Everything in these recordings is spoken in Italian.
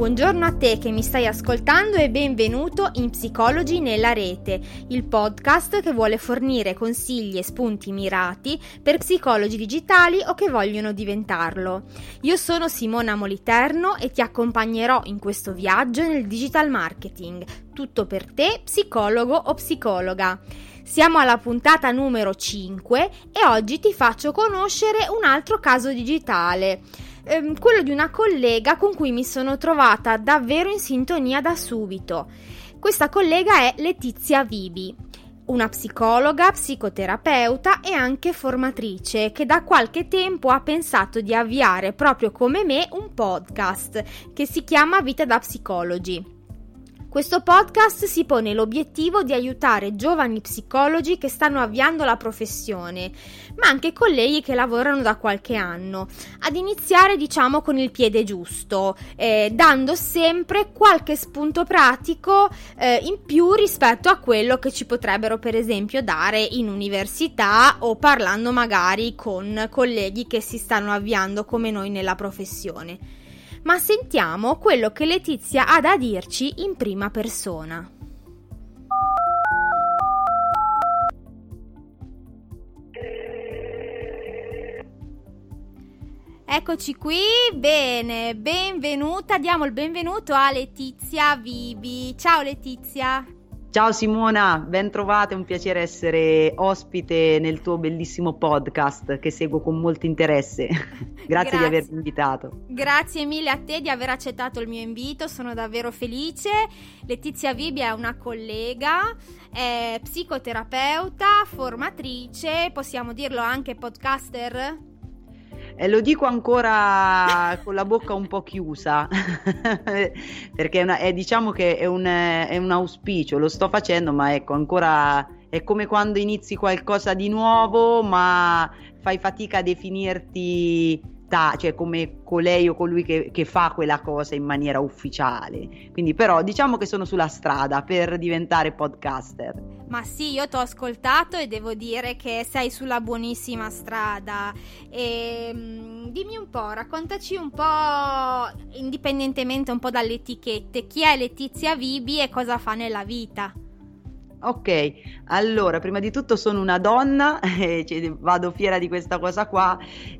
Buongiorno a te che mi stai ascoltando e benvenuto in Psicologi nella Rete, il podcast che vuole fornire consigli e spunti mirati per psicologi digitali o che vogliono diventarlo. Io sono Simona Moliterno e ti accompagnerò in questo viaggio nel digital marketing, tutto per te, psicologo o psicologa. Siamo alla puntata numero 5 e oggi ti faccio conoscere un altro caso digitale, quello di una collega con cui mi sono trovata davvero in sintonia da subito. Questa collega è Letizia Vibi, una psicologa, psicoterapeuta e anche formatrice che da qualche tempo ha pensato di avviare proprio come me un podcast che si chiama Vita da Psicologi. Questo podcast si pone l'obiettivo di aiutare giovani psicologi che stanno avviando la professione, ma anche colleghi che lavorano da qualche anno, ad iniziare con il piede giusto, dando sempre qualche spunto pratico in più rispetto a quello che ci potrebbero per esempio dare in università o parlando magari con colleghi che si stanno avviando come noi nella professione. Ma sentiamo quello che Letizia ha da dirci in prima persona. Eccoci qui, bene, benvenuta, diamo il benvenuto a Letizia Vibi. Ciao Letizia! Ciao Simona, ben trovata, è un piacere essere ospite nel tuo bellissimo podcast che seguo con molto interesse. Grazie di avermi invitato. Grazie mille a te di aver accettato il mio invito, sono davvero felice. Letizia Vibi è una collega, è psicoterapeuta, formatrice, possiamo dirlo anche podcaster? Lo dico ancora con la bocca un po' chiusa perché diciamo che è un auspicio, lo sto facendo, ma ecco, ancora è come quando inizi qualcosa di nuovo ma fai fatica a definirti cioè come colei o colui che fa quella cosa in maniera ufficiale. Quindi però diciamo che sono sulla strada per diventare podcaster. Ma sì, io t'ho ascoltato e devo dire che sei sulla buonissima strada. Dimmi un po', raccontaci un po', indipendentemente un po' dalle etichette, chi è Letizia Vibi e cosa fa nella vita? Ok, allora prima di tutto sono una donna, vado fiera di questa cosa qua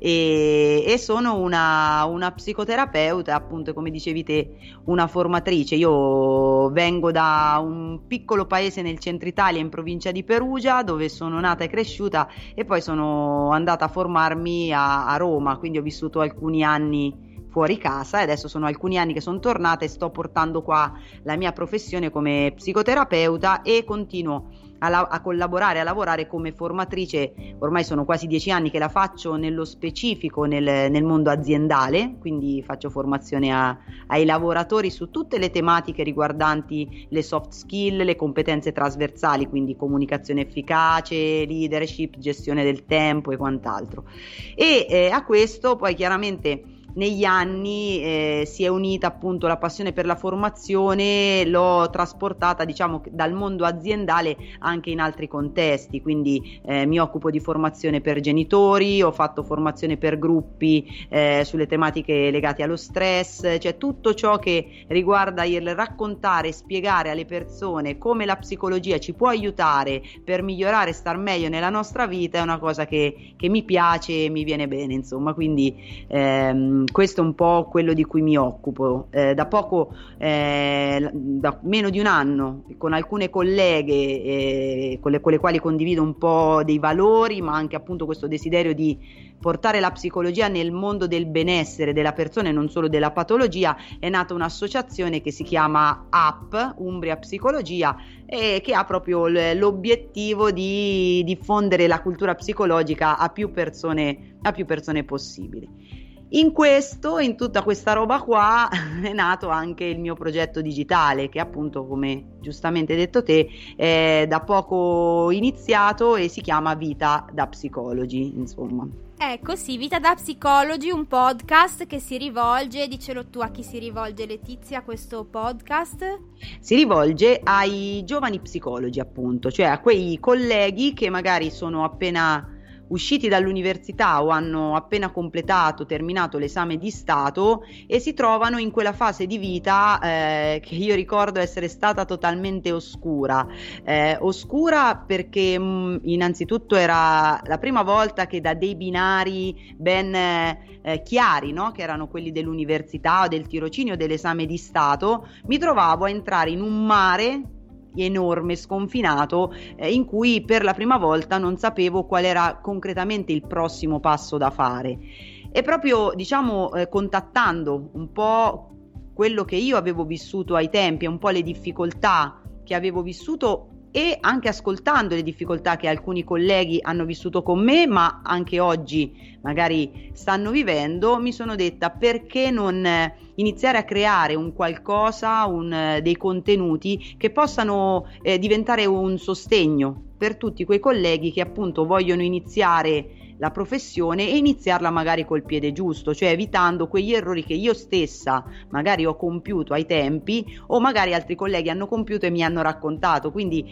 e sono una psicoterapeuta, appunto come dicevi te, una formatrice. Io vengo da un piccolo paese nel centro Italia in provincia di Perugia dove sono nata e cresciuta e poi sono andata a formarmi a Roma, quindi ho vissuto alcuni anni fuori casa e adesso sono alcuni anni che sono tornata e sto portando qua la mia professione come psicoterapeuta e continuo a collaborare, a lavorare come formatrice. Ormai sono quasi 10 anni che la faccio nello specifico nel mondo aziendale, quindi faccio formazione ai lavoratori su tutte le tematiche riguardanti le soft skill, le competenze trasversali, quindi comunicazione efficace, leadership, gestione del tempo e quant'altro. E a questo poi chiaramente negli anni si è unita appunto la passione per la formazione, l'ho trasportata dal mondo aziendale anche in altri contesti, quindi mi occupo di formazione per genitori, ho fatto formazione per gruppi sulle tematiche legate allo stress, cioè tutto ciò che riguarda il raccontare e spiegare alle persone come la psicologia ci può aiutare per migliorare e star meglio nella nostra vita è una cosa che mi piace e mi viene bene, insomma, quindi questo è un po' quello di cui mi occupo. Da poco, da meno di un anno, con alcune colleghe con le quali condivido un po' dei valori, ma anche appunto questo desiderio di portare la psicologia nel mondo del benessere della persona e non solo della patologia, è nata un'associazione che si chiama AP, Umbria Psicologia, e che ha proprio l'obiettivo di diffondere la cultura psicologica a più persone possibili. In tutta questa roba qua è nato anche il mio progetto digitale che appunto, come giustamente hai detto te, è da poco iniziato e si chiama Vita da Psicologi, insomma. Ecco sì, Vita da Psicologi, un podcast che si rivolge, dicelo tu, a chi si rivolge Letizia questo podcast? Si rivolge ai giovani psicologi appunto, cioè a quei colleghi che magari sono appena usciti dall'università o hanno appena terminato l'esame di Stato e si trovano in quella fase di vita che io ricordo essere stata totalmente oscura. Oscura perché innanzitutto era la prima volta che da dei binari ben chiari, no? Che erano quelli dell'università o del tirocinio dell'esame di Stato, mi trovavo a entrare in un mare enorme, sconfinato, in cui per la prima volta non sapevo qual era concretamente il prossimo passo da fare. E proprio, diciamo, contattando un po' quello che io avevo vissuto ai tempi, un po' le difficoltà che avevo vissuto e anche ascoltando le difficoltà che alcuni colleghi hanno vissuto con me, ma anche oggi magari stanno vivendo, mi sono detta: perché non iniziare a creare un qualcosa, dei contenuti che possano diventare un sostegno per tutti quei colleghi che appunto vogliono iniziare la professione e iniziarla magari col piede giusto, cioè evitando quegli errori che io stessa magari ho compiuto ai tempi o magari altri colleghi hanno compiuto e mi hanno raccontato. Quindi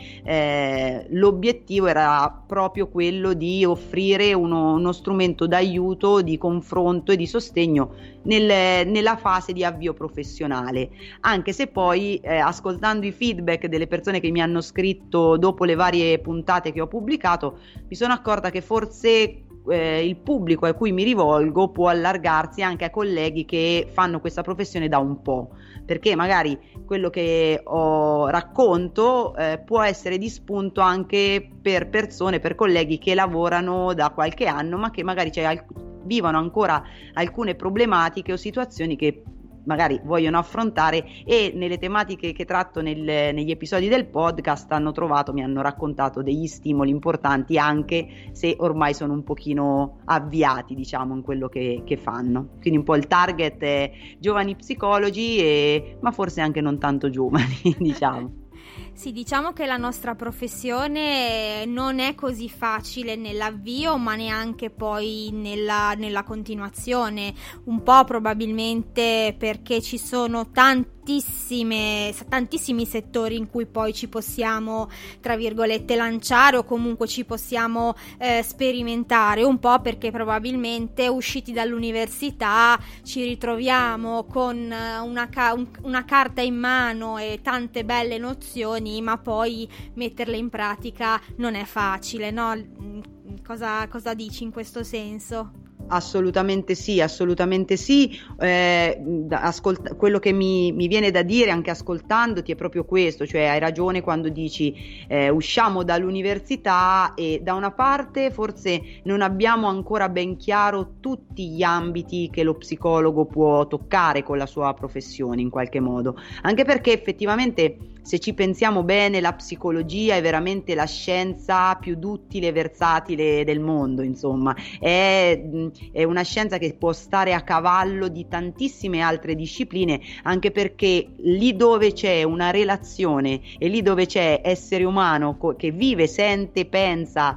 l'obiettivo era proprio quello di offrire uno strumento d'aiuto, di confronto e di sostegno nella fase di avvio professionale, anche se poi ascoltando i feedback delle persone che mi hanno scritto dopo le varie puntate che ho pubblicato, mi sono accorta che forse il pubblico a cui mi rivolgo può allargarsi anche a colleghi che fanno questa professione da un po', perché magari quello che racconto può essere di spunto anche per persone, per colleghi che lavorano da qualche anno ma che magari vivono ancora alcune problematiche o situazioni che magari vogliono affrontare, e nelle tematiche che tratto negli episodi del podcast mi hanno raccontato degli stimoli importanti, anche se ormai sono un pochino avviati, diciamo, in quello che fanno. Quindi un po' il target è giovani psicologi, ma forse anche non tanto giovani, diciamo. Sì, diciamo che la nostra professione non è così facile nell'avvio, ma neanche poi nella continuazione, un po' probabilmente perché ci sono tantissimi settori in cui poi ci possiamo, tra virgolette, lanciare o comunque ci possiamo sperimentare, un po' perché probabilmente usciti dall'università ci ritroviamo con una carta in mano e tante belle nozioni, ma poi metterle in pratica non è facile, no? Cosa dici in questo senso? Assolutamente sì, assolutamente sì. Quello che mi viene da dire anche ascoltandoti è proprio questo, cioè hai ragione quando dici usciamo dall'università e da una parte forse non abbiamo ancora ben chiaro tutti gli ambiti che lo psicologo può toccare con la sua professione in qualche modo, anche perché effettivamente, se ci pensiamo bene, la psicologia è veramente la scienza più duttile e versatile del mondo, insomma, è una scienza che può stare a cavallo di tantissime altre discipline, anche perché lì dove c'è una relazione e lì dove c'è essere umano che vive, sente, pensa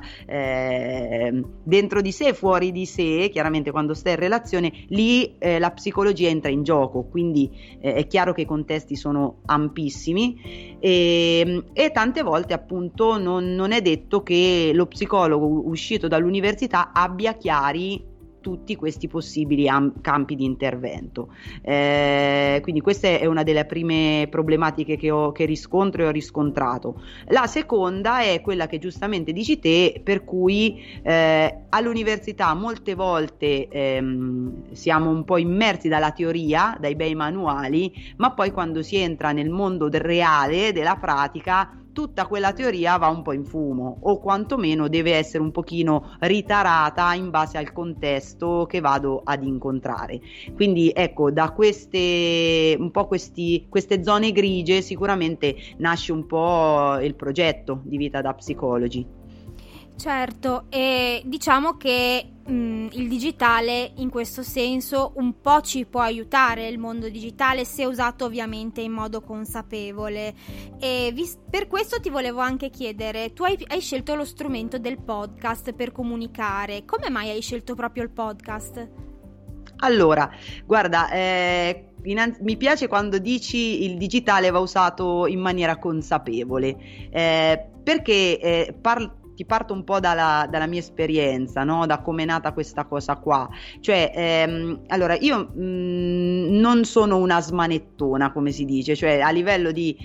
dentro di sé, fuori di sé, chiaramente quando sta in relazione, lì la psicologia entra in gioco, quindi è chiaro che i contesti sono ampissimi. E tante volte appunto non è detto che lo psicologo uscito dall'università abbia chiari tutti questi possibili campi di intervento. Quindi questa è una delle prime problematiche che riscontro e ho riscontrato. La seconda è quella che giustamente dici te, per cui all'università molte volte siamo un po' immersi dalla teoria, dai bei manuali, ma poi quando si entra nel mondo del reale, della pratica, tutta quella teoria va un po' in fumo, o quantomeno deve essere un pochino ritarata in base al contesto che vado ad incontrare. Quindi ecco, da queste zone grigie sicuramente nasce un po' il progetto di Vita da Psicologi. Certo, e diciamo che il digitale in questo senso un po' ci può aiutare, il mondo digitale, se usato ovviamente in modo consapevole. E per questo ti volevo anche chiedere, tu hai scelto lo strumento del podcast per comunicare, come mai hai scelto proprio il podcast? Allora, guarda, mi piace quando dici il digitale va usato in maniera consapevole, perché ti parto un po' dalla mia esperienza, no? Da come è nata questa cosa qua. Cioè, allora, io non sono una smanettona, come si dice, cioè a livello di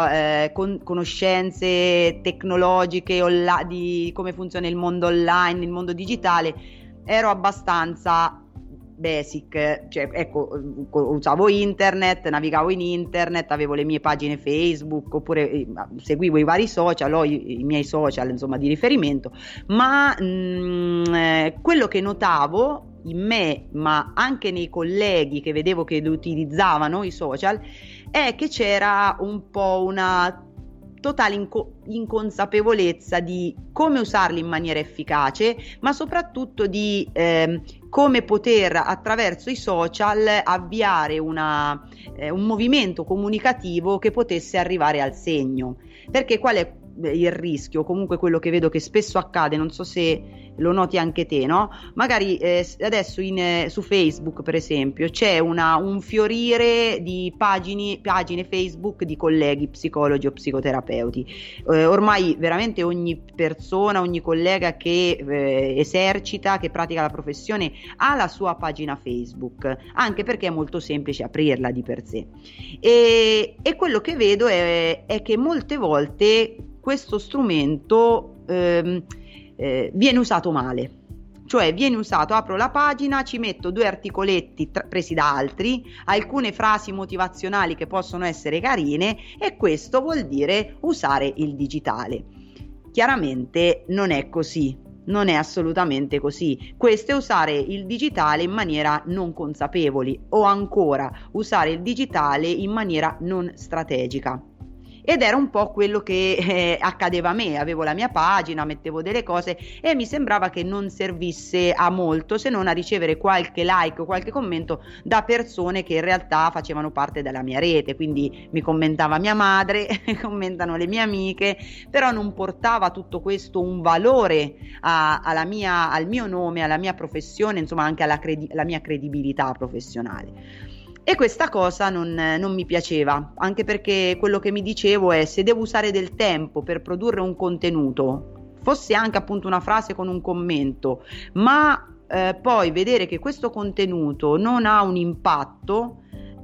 conoscenze tecnologiche, di come funziona il mondo online, il mondo digitale, ero abbastanza basic, cioè ecco, usavo internet, navigavo in internet, avevo le mie pagine Facebook, oppure seguivo i vari social, ho i miei social insomma di riferimento, ma quello che notavo in me, ma anche nei colleghi che vedevo che utilizzavano i social, è che c'era un po' una totale inconsapevolezza di come usarli in maniera efficace, ma soprattutto di come poter attraverso i social avviare un movimento comunicativo che potesse arrivare al segno. Perché qual è il rischio? Comunque quello che vedo che spesso accade, non so se lo noti anche te, no? Magari adesso su Facebook per esempio c'è un fiorire di pagine Facebook di colleghi psicologi o psicoterapeuti. Ormai veramente ogni persona, ogni collega che esercita, che pratica la professione ha la sua pagina Facebook, anche perché è molto semplice aprirla di per sé. E quello che vedo è che molte volte questo strumento viene usato male, cioè viene usato, apro la pagina, ci metto 2 articoletti presi da altri, alcune frasi motivazionali che possono essere carine, e questo vuol dire usare il digitale. Chiaramente non è così, non è assolutamente così. Questo è usare il digitale in maniera non consapevole, o ancora usare il digitale in maniera non strategica. Ed era un po' quello che accadeva a me. Avevo la mia pagina, mettevo delle cose e mi sembrava che non servisse a molto, se non a ricevere qualche like o qualche commento da persone che in realtà facevano parte della mia rete. Quindi mi commentava mia madre, commentano le mie amiche, però non portava tutto questo un valore al mio nome, alla mia professione, insomma anche alla mia credibilità professionale. E questa cosa non mi piaceva, anche perché quello che mi dicevo è: se devo usare del tempo per produrre un contenuto, fosse anche appunto una frase con un commento, ma poi vedere che questo contenuto non ha un impatto,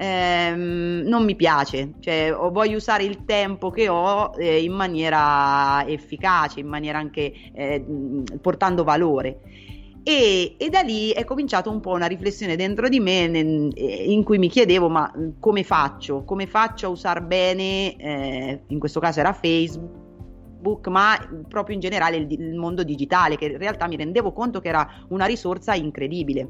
non mi piace. Cioè, voglio usare il tempo che ho in maniera efficace, in maniera anche portando valore. E da lì è cominciata un po' una riflessione dentro di me in cui mi chiedevo: ma come faccio a usare bene, in questo caso era Facebook, ma proprio in generale il mondo digitale, che in realtà mi rendevo conto che era una risorsa incredibile.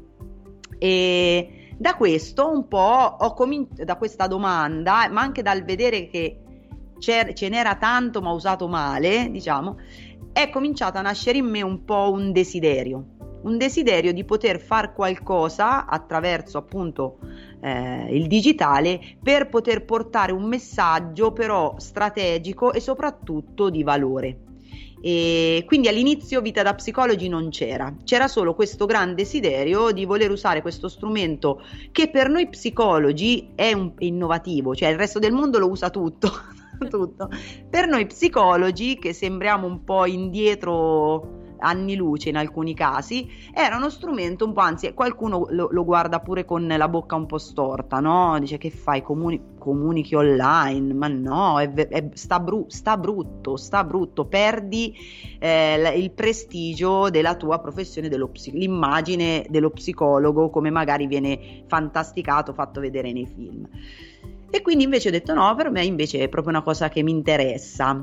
E da questo un po' da questa domanda, ma anche dal vedere che ce n'era tanto ma usato male, diciamo, è cominciato a nascere in me un po' un desiderio di poter far qualcosa attraverso appunto il digitale, per poter portare un messaggio però strategico e soprattutto di valore. E quindi all'inizio Vita da Psicologi non c'era solo questo gran desiderio di voler usare questo strumento che per noi psicologi è innovativo, cioè il resto del mondo lo usa tutto. Per noi psicologi, che sembriamo un po' indietro anni luce in alcuni casi, era uno strumento un po', anzi qualcuno lo guarda pure con la bocca un po' storta, no? Dice: che fai, comunichi online? Ma no, sta brutto, perdi il prestigio della tua professione, l'immagine dello psicologo come magari viene fantasticato, fatto vedere nei film. E quindi invece ho detto: no, per me invece è proprio una cosa che mi interessa.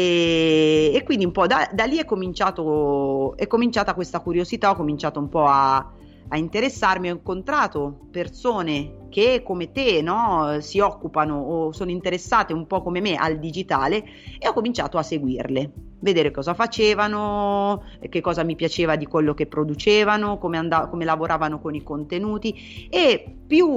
E quindi un po' da lì è cominciata questa curiosità, ho cominciato un po' a interessarmi. Ho incontrato persone che come te, no, si occupano o sono interessate un po' come me al digitale, e ho cominciato a seguirle, vedere cosa facevano, che cosa mi piaceva di quello che producevano, come lavoravano con i contenuti. E più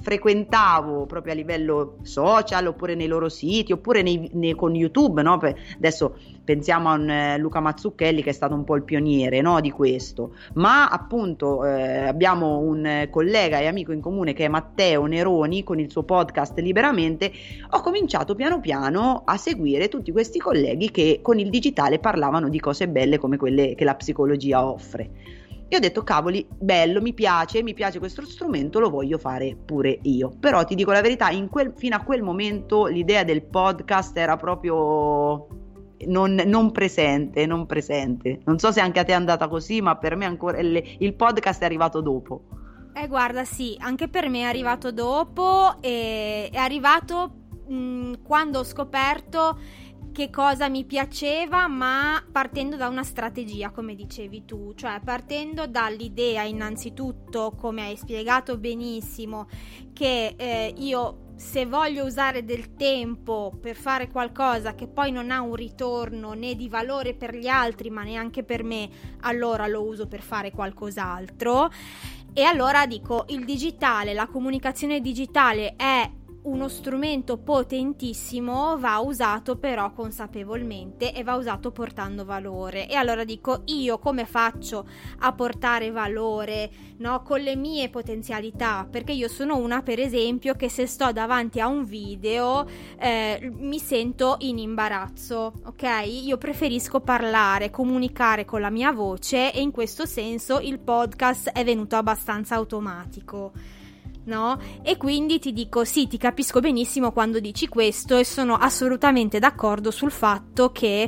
frequentavo proprio a livello social, oppure nei loro siti, oppure con YouTube, no? Adesso pensiamo a Luca Mazzucchelli, che è stato un po' il pioniere, no, di questo, ma appunto abbiamo un collega e amico in comune che è Matteo Neroni, con il suo podcast Liberamente. Ho cominciato piano piano a seguire tutti questi colleghi che con il digitale parlavano di cose belle come quelle che la psicologia offre. E ho detto, cavoli, bello, mi piace questo strumento, lo voglio fare pure io. Però ti dico la verità, fino a quel momento l'idea del podcast era proprio non presente. Non so se anche a te è andata così, ma per me ancora il podcast è arrivato dopo. Guarda, sì, anche per me è arrivato dopo, è arrivato quando ho scoperto che cosa mi piaceva, ma partendo da una strategia, come dicevi tu, cioè partendo dall'idea innanzitutto, come hai spiegato benissimo, che io, se voglio usare del tempo per fare qualcosa che poi non ha un ritorno né di valore per gli altri ma neanche per me, allora lo uso per fare qualcos'altro. E allora dico, il digitale, la comunicazione digitale è uno strumento potentissimo, va usato però consapevolmente e va usato portando valore. E allora dico, io come faccio a portare valore, no, con le mie potenzialità? Perché io sono una, per esempio, che se sto davanti a un video mi sento in imbarazzo, ok? Io preferisco parlare, comunicare con la mia voce, e in questo senso il podcast è venuto abbastanza automatico, no? E quindi ti dico, sì, ti capisco benissimo quando dici questo, e sono assolutamente d'accordo sul fatto che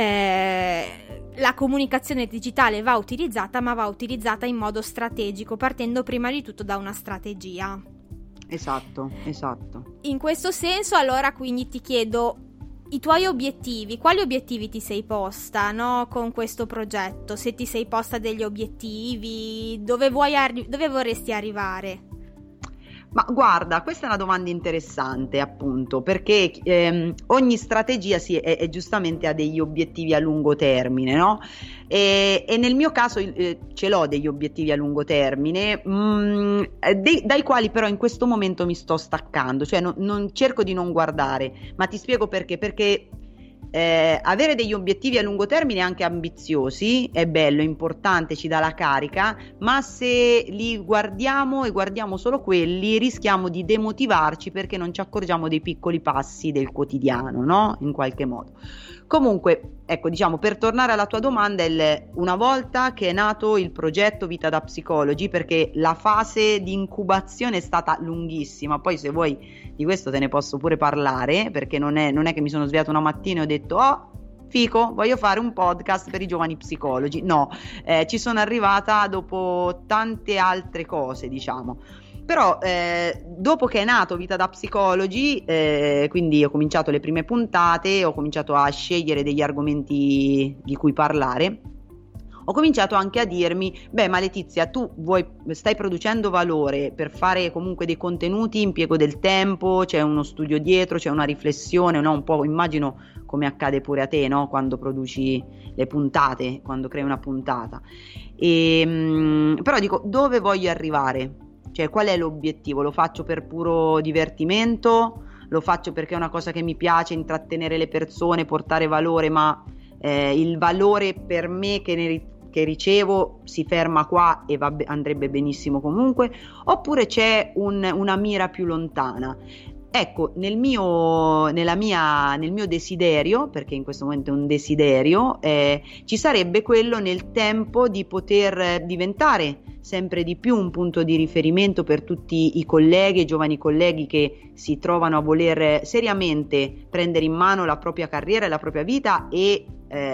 la comunicazione digitale va utilizzata, ma va utilizzata in modo strategico, partendo prima di tutto da una strategia. Esatto. In questo senso, allora, quindi ti chiedo i tuoi obiettivi, quali obiettivi ti sei posta, no, con questo progetto? Se ti sei posta degli obiettivi, dove vorresti arrivare? Ma guarda, questa è una domanda interessante, appunto, perché ogni strategia è giustamente ha degli obiettivi a lungo termine, no? E nel mio caso ce l'ho degli obiettivi a lungo termine, dai quali però in questo momento mi sto staccando, cioè non cerco di non guardare, ma ti spiego perché avere degli obiettivi a lungo termine anche ambiziosi è bello, è importante, ci dà la carica, ma se li guardiamo e guardiamo solo quelli, rischiamo di demotivarci perché non ci accorgiamo dei piccoli passi del quotidiano, no? In qualche modo. Comunque, ecco, diciamo, per tornare alla tua domanda, una volta che è nato il progetto Vita da Psicologi, perché la fase di incubazione è stata lunghissima, poi se vuoi di questo te ne posso pure parlare, perché non è che mi sono svegliata una mattina e ho detto, oh, fico, voglio fare un podcast per i giovani psicologi. No, ci sono arrivata dopo tante altre cose, diciamo. Però dopo che è nato Vita da Psicologi, quindi ho cominciato le prime puntate, ho cominciato a scegliere degli argomenti di cui parlare, ho cominciato anche a dirmi, beh, ma Letizia, tu stai producendo valore per fare comunque dei contenuti, impiego del tempo, c'è uno studio dietro, c'è una riflessione, no? Un po' immagino come accade pure a te, no? Quando produci le puntate, quando crei una puntata. Però dico, dove voglio arrivare? Cioè, qual è l'obiettivo? Lo faccio per puro divertimento? Lo faccio perché è una cosa che mi piace, intrattenere le persone, portare valore, ma il valore per me che ricevo si ferma qua e andrebbe benissimo comunque? Oppure c'è una mira più lontana? Ecco, nel mio desiderio, perché in questo momento è un desiderio, ci sarebbe quello nel tempo di poter diventare sempre di più un punto di riferimento per tutti i colleghi e giovani colleghi che si trovano a voler seriamente prendere in mano la propria carriera e la propria vita e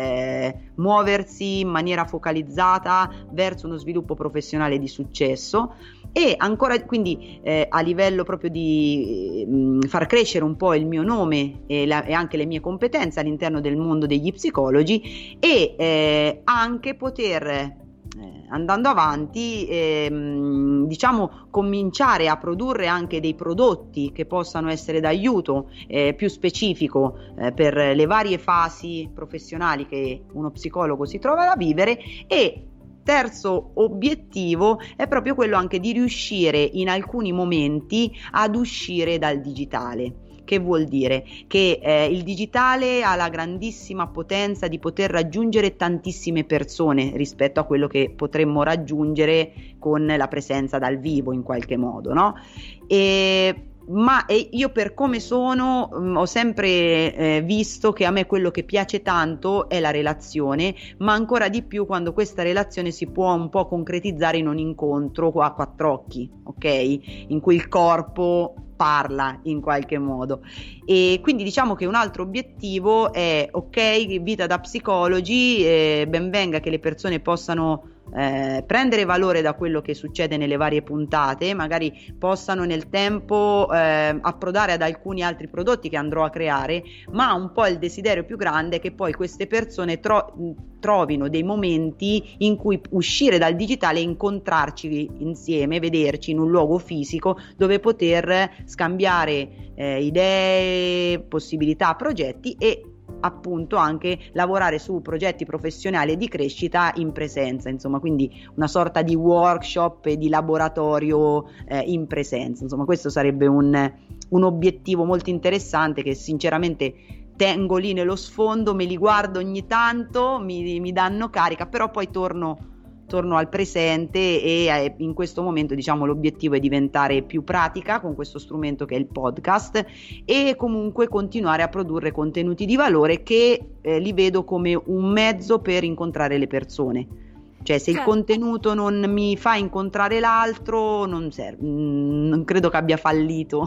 muoversi in maniera focalizzata verso uno sviluppo professionale di successo. E ancora, quindi a livello proprio di far crescere un po' il mio nome e anche le mie competenze all'interno del mondo degli psicologi, e anche poter andando avanti diciamo cominciare a produrre anche dei prodotti che possano essere d'aiuto più specifico per le varie fasi professionali che uno psicologo si trova a vivere, e terzo obiettivo è proprio quello anche di riuscire in alcuni momenti ad uscire dal digitale. Che vuol dire? Che il digitale ha la grandissima potenza di poter raggiungere tantissime persone rispetto a quello che potremmo raggiungere con la presenza dal vivo in qualche modo, no? Ma io, per come sono, ho sempre visto che a me quello che piace tanto è la relazione, ma ancora di più quando questa relazione si può un po' concretizzare in un incontro a quattro occhi, ok? In cui il corpo parla in qualche modo. E quindi diciamo che un altro obiettivo è, ok, vita da psicologi, ben venga che le persone possano prendere valore da quello che succede nelle varie puntate, magari possano nel tempo approdare ad alcuni altri prodotti che andrò a creare, ma un po' il desiderio più grande è che poi queste persone trovino dei momenti in cui uscire dal digitale e incontrarci insieme, vederci in un luogo fisico dove poter scambiare idee, possibilità, progetti e appunto anche lavorare su progetti professionali e di crescita in presenza, insomma, quindi una sorta di workshop e di laboratorio in presenza. Insomma, questo sarebbe un obiettivo molto interessante che sinceramente tengo lì nello sfondo, me li guardo ogni tanto, mi danno carica, però poi torno al presente e in questo momento, diciamo, l'obiettivo è diventare più pratica con questo strumento che è il podcast e comunque continuare a produrre contenuti di valore che li vedo come un mezzo per incontrare le persone. Cioè, se il contenuto non mi fa incontrare l'altro, non serve, non credo che abbia fallito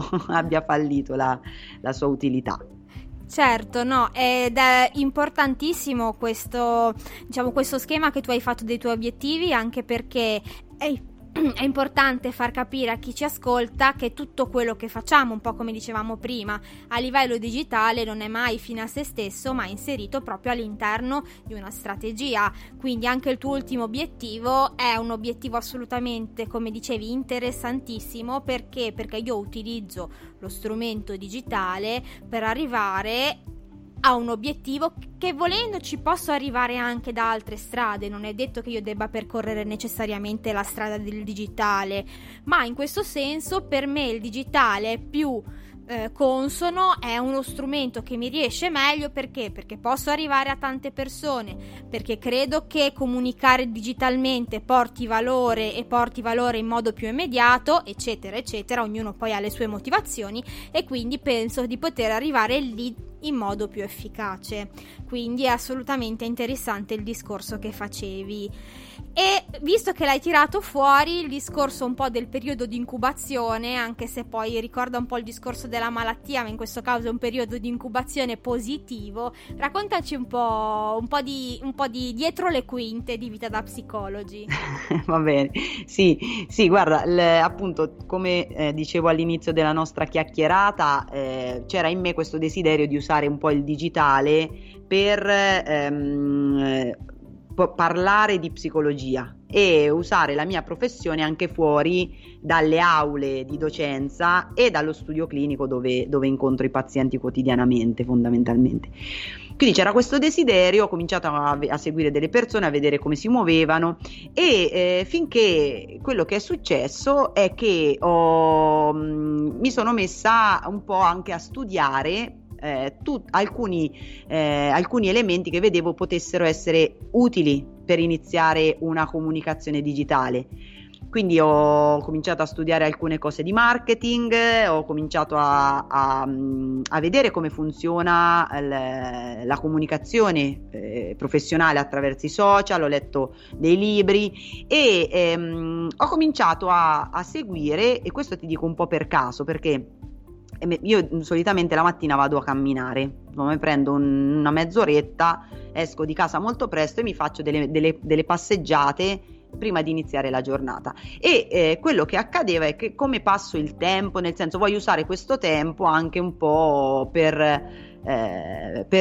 la sua utilità. Certo, no, ed è importantissimo questo schema che tu hai fatto dei tuoi obiettivi, anche perché è importante far capire a chi ci ascolta che tutto quello che facciamo, un po' come dicevamo prima, a livello digitale non è mai fine a se stesso, ma è inserito proprio all'interno di una strategia. Quindi anche il tuo ultimo obiettivo è un obiettivo assolutamente, come dicevi, interessantissimo, perché io utilizzo lo strumento digitale per arrivare a un obiettivo che, volendo, ci posso arrivare anche da altre strade. Non è detto che io debba percorrere necessariamente la strada del digitale, ma in questo senso per me il digitale è più consono, è uno strumento che mi riesce meglio. Perché posso arrivare a tante persone, perché credo che comunicare digitalmente porti valore in modo più immediato, eccetera eccetera. Ognuno poi ha le sue motivazioni e quindi penso di poter arrivare lì in modo più efficace. Quindi è assolutamente interessante il discorso che facevi. E visto che l'hai tirato fuori il discorso un po' del periodo di incubazione, anche se poi ricorda un po' il discorso della malattia, ma in questo caso è un periodo di incubazione positivo, raccontaci un po' di dietro le quinte di Vita da Psicologi. Va bene, sì, guarda, appunto, come dicevo all'inizio della nostra chiacchierata, c'era in me questo desiderio di usare un po' il digitale per parlare di psicologia e usare la mia professione anche fuori dalle aule di docenza e dallo studio clinico dove incontro i pazienti quotidianamente, fondamentalmente. Quindi c'era questo desiderio, ho cominciato a seguire delle persone, a vedere come si muovevano e finché quello che è successo è che mi sono messa un po' anche a studiare alcuni elementi che vedevo potessero essere utili per iniziare una comunicazione digitale. Quindi ho cominciato a studiare alcune cose di marketing, ho cominciato a vedere come funziona la comunicazione professionale attraverso i social, ho letto dei libri e ho cominciato a seguire, e questo ti dico un po' per caso, perché io solitamente la mattina vado a camminare, mi prendo una mezz'oretta, esco di casa molto presto e mi faccio delle passeggiate prima di iniziare la giornata e quello che accadeva è che, come passo il tempo, nel senso, voglio usare questo tempo anche un po' per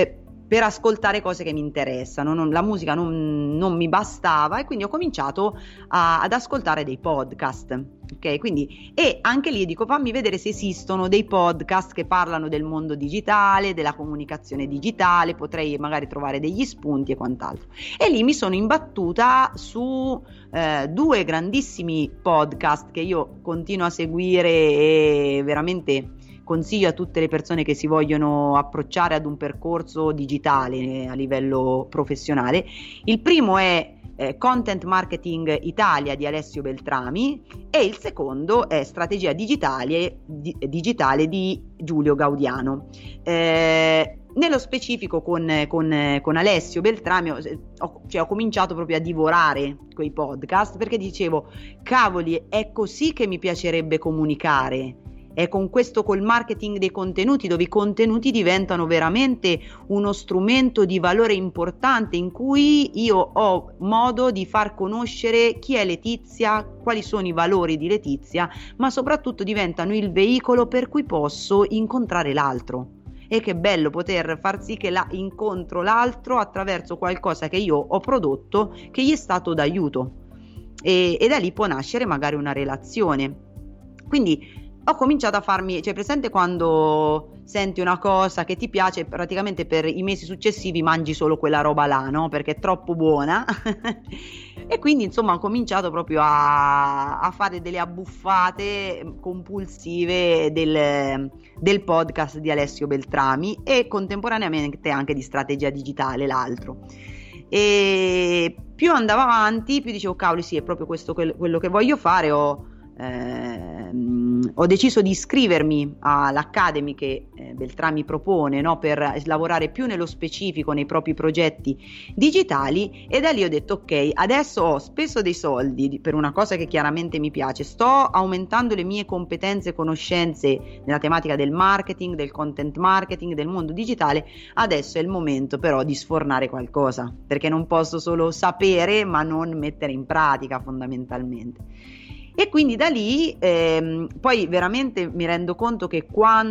per ascoltare cose che mi interessano. La musica non mi bastava, e quindi ho cominciato ad ascoltare dei podcast. Ok, quindi, e anche lì dico, fammi vedere se esistono dei podcast che parlano del mondo digitale, della comunicazione digitale, potrei magari trovare degli spunti e quant'altro. E lì mi sono imbattuta su 2 grandissimi podcast che io continuo a seguire e veramente consiglio a tutte le persone che si vogliono approcciare ad un percorso digitale a livello professionale. Il primo è Content Marketing Italia di Alessio Beltrami, e il secondo è Strategia digitale di Giulio Gaudiano. Nello specifico con Alessio Beltrami ho cominciato proprio a divorare quei podcast, perché dicevo, cavoli, è così che mi piacerebbe comunicare. È col marketing dei contenuti, dove i contenuti diventano veramente uno strumento di valore importante, in cui io ho modo di far conoscere chi è Letizia, quali sono i valori di Letizia, ma soprattutto diventano il veicolo per cui posso incontrare l'altro. E che bello poter far sì che incontro l'altro attraverso qualcosa che io ho prodotto, che gli è stato d'aiuto, e da lì può nascere magari una relazione. Quindi ho cominciato a farmi, cioè, presente quando senti una cosa che ti piace, praticamente per i mesi successivi mangi solo quella roba là, no? Perché è troppo buona. E quindi insomma ho cominciato proprio a fare delle abbuffate compulsive del podcast di Alessio Beltrami, e contemporaneamente anche di Strategia digitale, l'altro. E più andavo avanti, più dicevo, cavoli, sì, è proprio questo quello che voglio fare. Ho deciso di iscrivermi all'Academy che Beltrami propone, no, per lavorare più nello specifico nei propri progetti digitali, e da lì ho detto, ok, adesso ho speso dei soldi per una cosa che chiaramente mi piace, sto aumentando le mie competenze e conoscenze nella tematica del marketing, del content marketing, del mondo digitale. Adesso è il momento però di sfornare qualcosa, perché non posso solo sapere ma non mettere in pratica, fondamentalmente. E quindi da lì poi veramente mi rendo conto che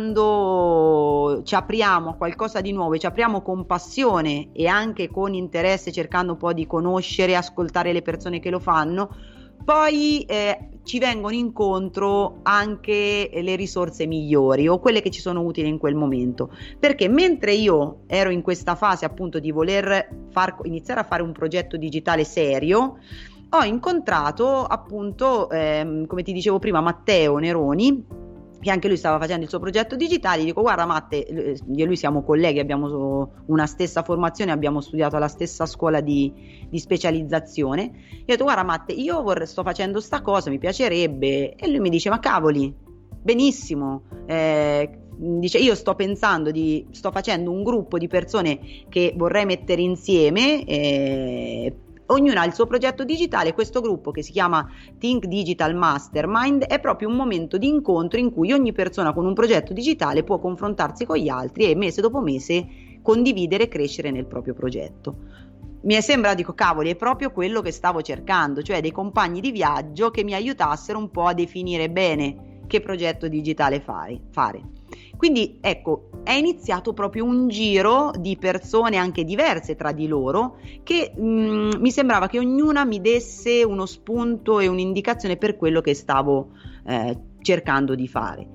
quando ci apriamo a qualcosa di nuovo, ci apriamo con passione e anche con interesse, cercando un po' di conoscere, ascoltare le persone che lo fanno, poi ci vengono incontro anche le risorse migliori, o quelle che ci sono utili in quel momento. Perché mentre io ero in questa fase appunto di voler iniziare a fare un progetto digitale serio, ho incontrato appunto, come ti dicevo prima, Matteo Neroni, che anche lui stava facendo il suo progetto digitale. Gli dico, guarda Matte, io e lui siamo colleghi, abbiamo una stessa formazione, abbiamo studiato alla stessa scuola di specializzazione. Io ho detto, guarda Matte, io sto facendo sta cosa, mi piacerebbe. E lui mi dice, ma cavoli, benissimo, dice, io sto facendo un gruppo di persone che vorrei mettere insieme, ognuno ha il suo progetto digitale. Questo gruppo, che si chiama Think Digital Mastermind, è proprio un momento di incontro in cui ogni persona con un progetto digitale può confrontarsi con gli altri e mese dopo mese condividere e crescere nel proprio progetto. Mi sembra, dico, cavoli, è proprio quello che stavo cercando, cioè dei compagni di viaggio che mi aiutassero un po' a definire bene che progetto digitale fare. Quindi ecco, è iniziato proprio un giro di persone anche diverse tra di loro, che mi sembrava che ognuna mi desse uno spunto e un'indicazione per quello che stavo cercando di fare.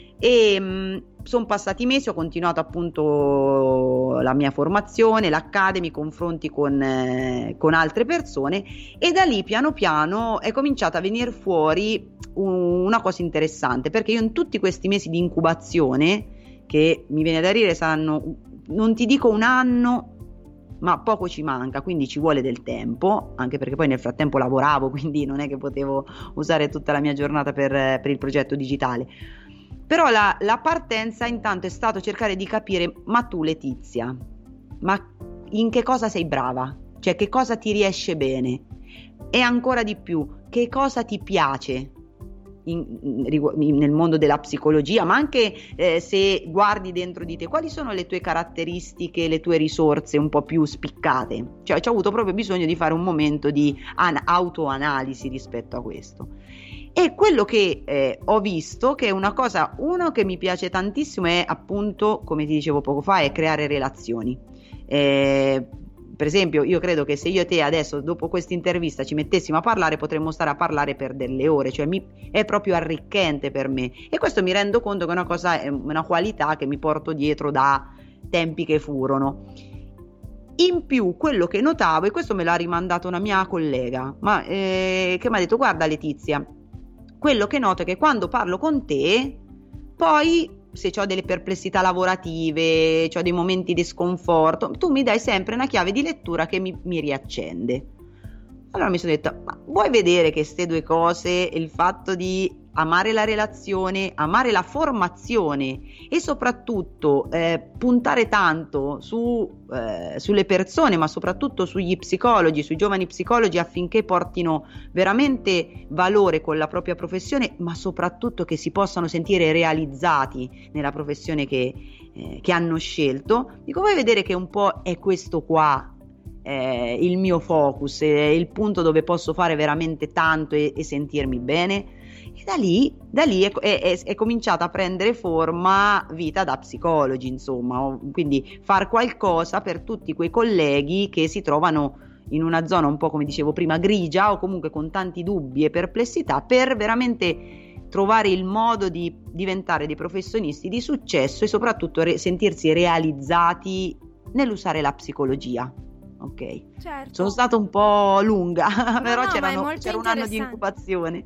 E sono passati mesi, ho continuato appunto la mia formazione, l'Academy, confronti con altre persone, e da lì piano piano è cominciata a venire fuori una cosa interessante, perché io in tutti questi mesi di incubazione, che mi viene da dire saranno, non ti dico un anno, ma poco ci manca, quindi ci vuole del tempo, anche perché poi nel frattempo lavoravo, quindi non è che potevo usare tutta la mia giornata per il progetto digitale. Però la partenza intanto è stato cercare di capire, ma tu Letizia, ma in che cosa sei brava? Cioè, che cosa ti riesce bene? E ancora di più, che cosa ti piace nel mondo della psicologia, ma anche se guardi dentro di te, quali sono le tue caratteristiche, le tue risorse un po' più spiccate? Cioè, ho avuto proprio bisogno di fare un momento di autoanalisi rispetto a questo. E quello che ho visto, che è una cosa, uno che mi piace tantissimo, è appunto, come ti dicevo poco fa, è creare relazioni. Per esempio, io credo che se io e te adesso, dopo questa intervista, ci mettessimo a parlare, potremmo stare a parlare per delle ore, cioè è proprio arricchente per me, e questo mi rendo conto che è una qualità che mi porto dietro da tempi che furono. In più, quello che notavo, e questo me l'ha rimandato una mia collega, che mi ha detto: guarda Letizia, quello che noto è che quando parlo con te, poi se ho delle perplessità lavorative, ho dei momenti di sconforto, tu mi dai sempre una chiave di lettura che mi riaccende. Allora mi sono detta: ma vuoi vedere che queste due cose, il fatto di amare la relazione, amare la formazione e soprattutto puntare tanto sulle persone, ma soprattutto sugli psicologi, sui giovani psicologi, affinché portino veramente valore con la propria professione, ma soprattutto che si possano sentire realizzati nella professione che hanno scelto. Dico, vuoi vedere che un po' è questo qua il mio focus, il punto dove posso fare veramente tanto e sentirmi bene? E da lì è cominciata a prendere forma vita da psicologi, insomma, quindi far qualcosa per tutti quei colleghi che si trovano in una zona un po', come dicevo prima, grigia, o comunque con tanti dubbi e perplessità, per veramente trovare il modo di diventare dei professionisti di successo e soprattutto sentirsi realizzati nell'usare la psicologia. Ok, certo. Sono stata un po' lunga, però no, c'era un anno di incubazione.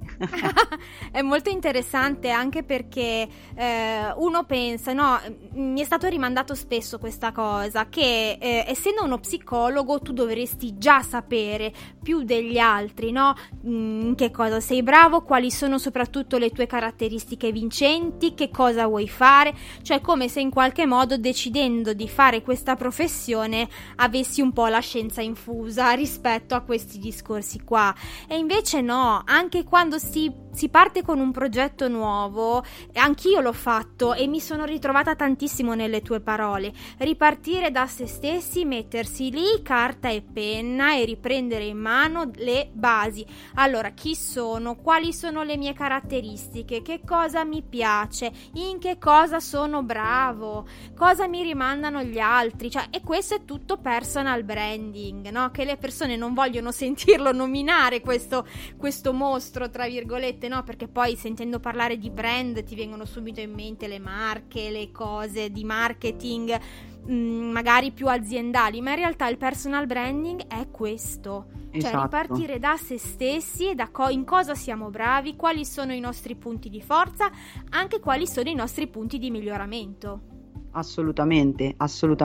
È molto interessante, anche perché uno pensa, no, mi è stato rimandato spesso questa cosa, che essendo uno psicologo tu dovresti già sapere più degli altri, no? In che cosa sei bravo, quali sono soprattutto le tue caratteristiche vincenti, che cosa vuoi fare, cioè come se in qualche modo, decidendo di fare questa professione, avessi un po' la scienza infusa rispetto a questi discorsi qua. E invece no, anche quando si parte con un progetto nuovo, anch'io l'ho fatto e mi sono ritrovata tantissimo nelle tue parole. Ripartire da se stessi, mettersi lì, carta e penna, e riprendere in mano le basi. Allora, chi sono? Quali sono le mie caratteristiche? Che cosa mi piace? In che cosa sono bravo? Cosa mi rimandano gli altri? Cioè, e questo è tutto personal branding, no? Che le persone non vogliono sentirlo nominare questo mostro, tra virgolette, no? Perché poi, sentendo parlare di brand, ti vengono subito in mente le marche, le cose di marketing magari più aziendali, ma in realtà il personal branding è questo. Cioè, Esatto. ripartire da se stessi e in cosa siamo bravi, quali sono i nostri punti di forza, anche quali sono i nostri punti di miglioramento. Assolutamente.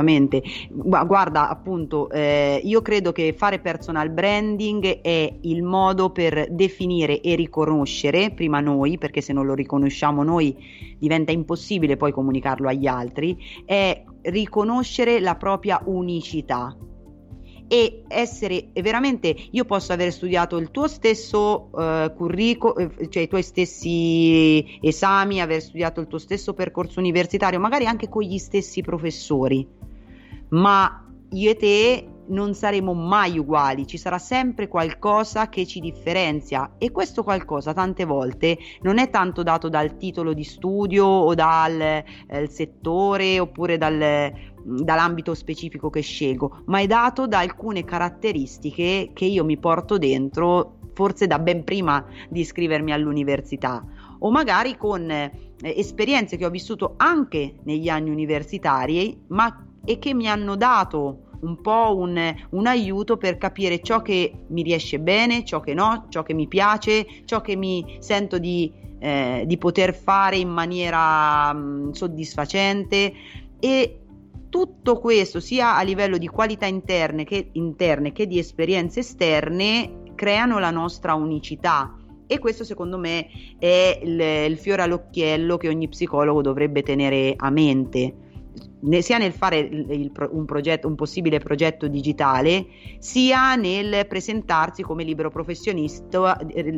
Guarda, appunto, io credo che fare personal branding è il modo per definire e riconoscere prima noi, perché se non lo riconosciamo noi diventa impossibile poi comunicarlo agli altri, è riconoscere la propria unicità e essere veramente. Io posso aver studiato il tuo stesso curriculum, cioè i tuoi stessi esami, aver studiato il tuo stesso percorso universitario, magari anche con gli stessi professori, ma io e te non saremo mai uguali, ci sarà sempre qualcosa che ci differenzia, e questo qualcosa tante volte non è tanto dato dal titolo di studio o dal settore, oppure dall'ambito specifico che scelgo, ma è dato da alcune caratteristiche che io mi porto dentro, forse da ben prima di iscrivermi all'università, o magari con esperienze che ho vissuto anche negli anni universitari, e che mi hanno dato un po' un aiuto per capire ciò che mi riesce bene, ciò che no, ciò che mi piace, ciò che mi sento di poter fare in maniera soddisfacente. E tutto questo, sia a livello di qualità interne che di esperienze esterne, creano la nostra unicità. E questo, secondo me, è il fiore all'occhiello che ogni psicologo dovrebbe tenere a mente, sia nel fare un possibile progetto digitale, sia nel presentarsi come libero professionista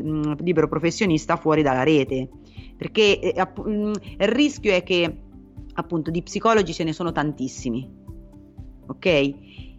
fuori dalla rete, perché il rischio è che, appunto, di psicologi ce ne sono tantissimi, ok?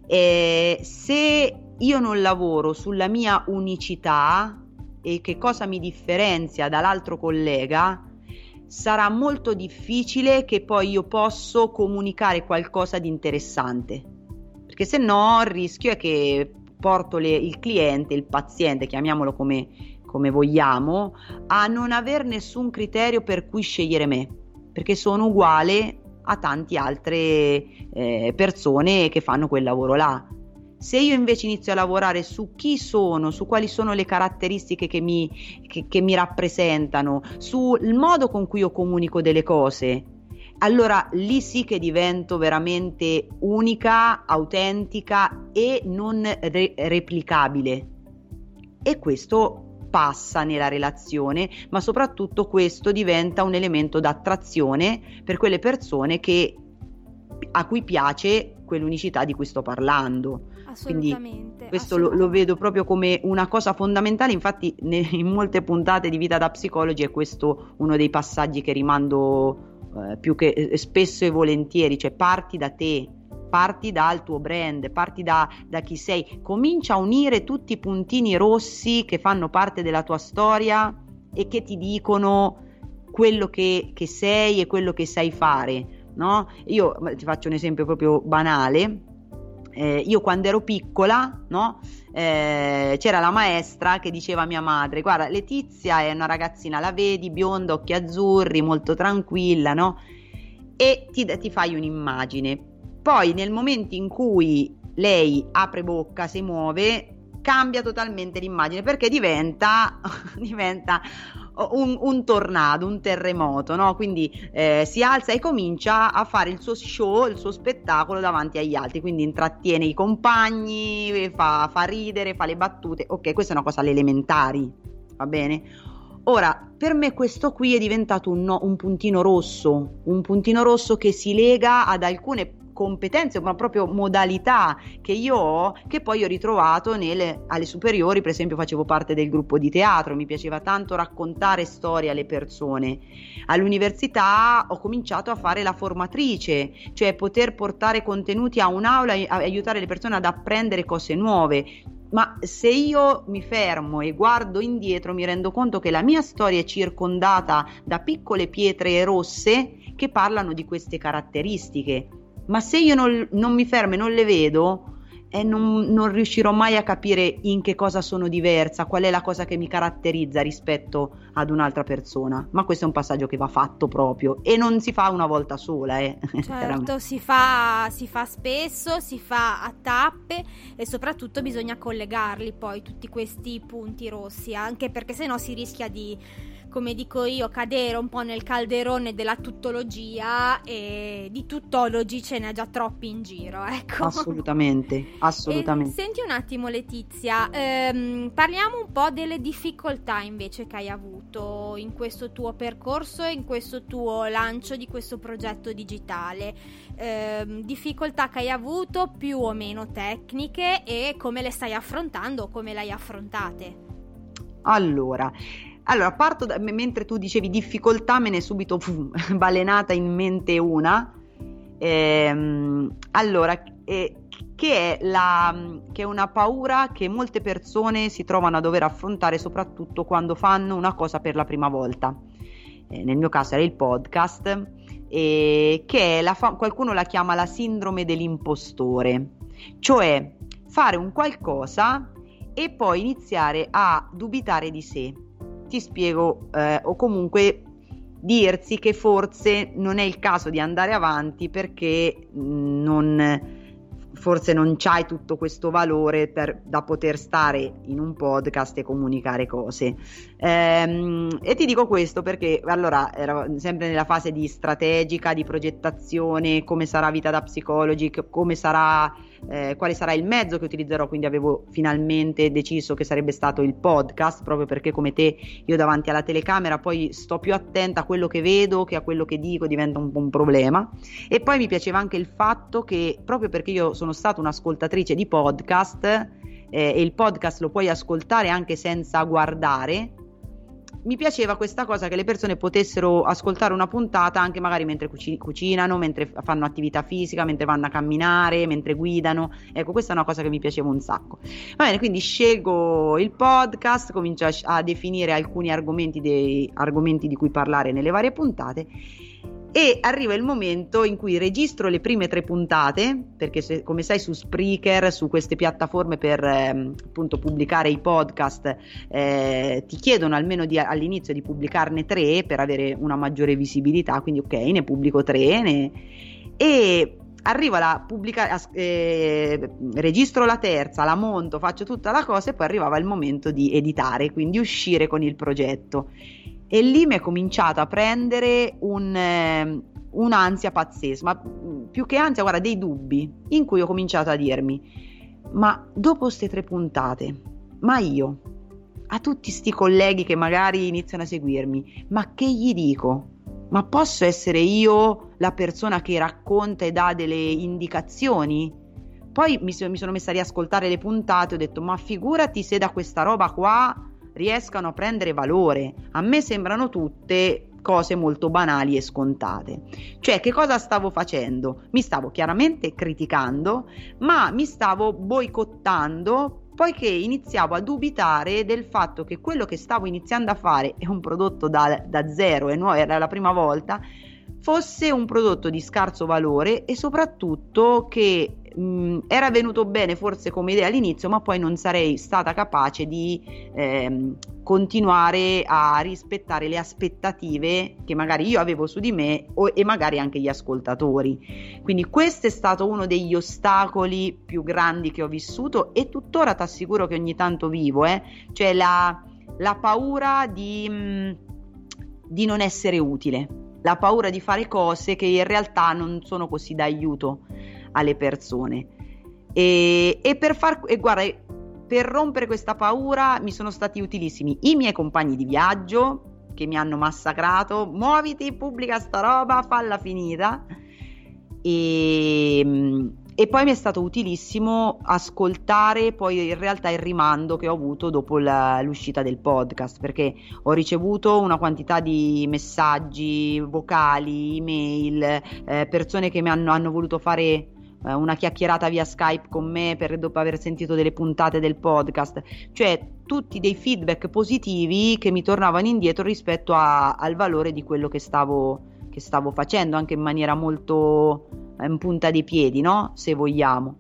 Se io non lavoro sulla mia unicità e che cosa mi differenzia dall'altro collega, sarà molto difficile che poi io possa comunicare qualcosa di interessante, perché se no il rischio è che porto il cliente, il paziente, chiamiamolo come vogliamo, a non aver nessun criterio per cui scegliere me, perché sono uguale a tante altre persone che fanno quel lavoro là. Se io invece inizio a lavorare su chi sono, su quali sono le caratteristiche che mi rappresentano, sul modo con cui io comunico delle cose, allora lì sì che divento veramente unica, autentica e non replicabile. E questo passa nella relazione, ma soprattutto questo diventa un elemento d'attrazione per quelle persone a cui piace quell'unicità di cui sto parlando. Assolutamente. Quindi questo lo vedo proprio come una cosa fondamentale. Infatti in molte puntate di Vita da Psicologi è questo uno dei passaggi che rimando più che spesso e volentieri, cioè parti da te, parti dal tuo brand, parti da chi sei, comincia a unire tutti i puntini rossi che fanno parte della tua storia e che ti dicono quello che sei e quello che sai fare, no? Io ti faccio un esempio proprio banale. Io quando ero piccola, no? C'era la maestra che diceva a mia madre: guarda, Letizia è una ragazzina, la vedi, bionda, occhi azzurri, molto tranquilla, no? E ti fai un'immagine. Poi nel momento in cui lei apre bocca, si muove, cambia totalmente l'immagine, perché diventa un tornado, un terremoto, no? Quindi si alza e comincia a fare il suo show, il suo spettacolo davanti agli altri, quindi intrattiene i compagni, fa ridere, fa le battute. Ok, questa è una cosa alle elementari, va bene? Ora, per me questo qui è diventato un puntino rosso che si lega ad alcune competenze, ma proprio modalità che io ho, che poi ho ritrovato alle superiori. Per esempio facevo parte del gruppo di teatro, mi piaceva tanto raccontare storie alle persone. All'università ho cominciato a fare la formatrice, cioè poter portare contenuti a un'aula e aiutare le persone ad apprendere cose nuove. Ma se io mi fermo e guardo indietro, mi rendo conto che la mia storia è circondata da piccole pietre rosse che parlano di queste caratteristiche. Ma se io non mi fermo e non le vedo, non riuscirò mai a capire in che cosa sono diversa, qual è la cosa che mi caratterizza rispetto ad un'altra persona. Ma questo è un passaggio che va fatto proprio, e non si fa una volta sola. Certo, si fa spesso, si fa a tappe, e soprattutto bisogna collegarli poi tutti questi punti rossi, anche perché sennò si rischia di, come dico io, cadere un po' nel calderone della tuttologia, e di tuttologi ce n'è già troppi in giro, ecco. Assolutamente. Senti un attimo, Letizia, parliamo un po' delle difficoltà invece che hai avuto in questo tuo percorso e in questo tuo lancio di questo progetto digitale. Difficoltà che hai avuto, più o meno tecniche, e come le stai affrontando o come le hai affrontate. Allora parto mentre tu dicevi difficoltà, me ne è subito balenata in mente una, che è una paura che molte persone si trovano a dover affrontare, soprattutto quando fanno una cosa per la prima volta. Nel mio caso era il podcast, che è qualcuno la chiama la sindrome dell'impostore, cioè fare un qualcosa e poi iniziare a dubitare di sé. Ti spiego, o comunque dirsi che forse non è il caso di andare avanti perché forse non c'hai tutto questo valore da poter stare in un podcast e comunicare cose. E ti dico questo perché allora ero sempre nella fase di strategica, di progettazione, come sarà Vita da Psicologi, come sarà, quale sarà il mezzo che utilizzerò. Quindi avevo finalmente deciso che sarebbe stato il podcast, proprio perché come te io davanti alla telecamera poi sto più attenta a quello che vedo che a quello che dico, diventa un po' un problema. E poi mi piaceva anche il fatto che, proprio perché io sono stata un'ascoltatrice di podcast, e il podcast lo puoi ascoltare anche senza guardare, mi piaceva questa cosa che le persone potessero ascoltare una puntata anche magari mentre cucinano, mentre fanno attività fisica, mentre vanno a camminare, mentre guidano. Ecco, questa è una cosa che mi piaceva un sacco. Va bene, quindi scelgo il podcast, comincio a definire alcuni argomenti di cui parlare nelle varie puntate, E arriva il momento in cui registro le prime 3 puntate, perché come sai su Spreaker, su queste piattaforme per appunto pubblicare i podcast, ti chiedono almeno all'inizio di pubblicarne 3 per avere una maggiore visibilità, quindi ok, ne pubblico 3 e arriva registro la terza, la monto, faccio tutta la cosa e poi arrivava il momento di editare, quindi uscire con il progetto. E lì mi è cominciato a prendere un'ansia pazzesca, ma più che ansia, guarda, dei dubbi, in cui ho cominciato a dirmi: ma dopo queste 3 puntate, ma io, a tutti sti colleghi che magari iniziano a seguirmi, ma che gli dico? Ma posso essere io la persona che racconta e dà delle indicazioni? Poi mi sono messa a riascoltare le puntate e ho detto: ma figurati se da questa roba qua riescano a prendere valore. A me sembrano tutte cose molto banali e scontate. Cioè, che cosa stavo facendo? Mi stavo chiaramente criticando, ma mi stavo boicottando, poiché iniziavo a dubitare del fatto che quello che stavo iniziando a fare è un prodotto da zero e nuovo, era la prima volta, fosse un prodotto di scarso valore e soprattutto che era venuto bene forse come idea all'inizio, ma poi non sarei stata capace di continuare a rispettare le aspettative che magari io avevo su di me e magari anche gli ascoltatori. Quindi questo è stato uno degli ostacoli più grandi che ho vissuto e tuttora ti assicuro che ogni tanto vivo, cioè la paura di non essere utile, la paura di fare cose che in realtà non sono così d'aiuto alle persone. E guarda, per rompere questa paura mi sono stati utilissimi i miei compagni di viaggio, che mi hanno massacrato: muoviti, pubblica sta roba, falla finita. E poi mi è stato utilissimo ascoltare poi in realtà il rimando che ho avuto dopo l'uscita del podcast, perché ho ricevuto una quantità di messaggi vocali, email, persone che mi hanno voluto fare una chiacchierata via Skype con me dopo aver sentito delle puntate del podcast, cioè tutti dei feedback positivi che mi tornavano indietro rispetto al valore di quello che stavo facendo, anche in maniera molto in punta di piedi, no? Se vogliamo.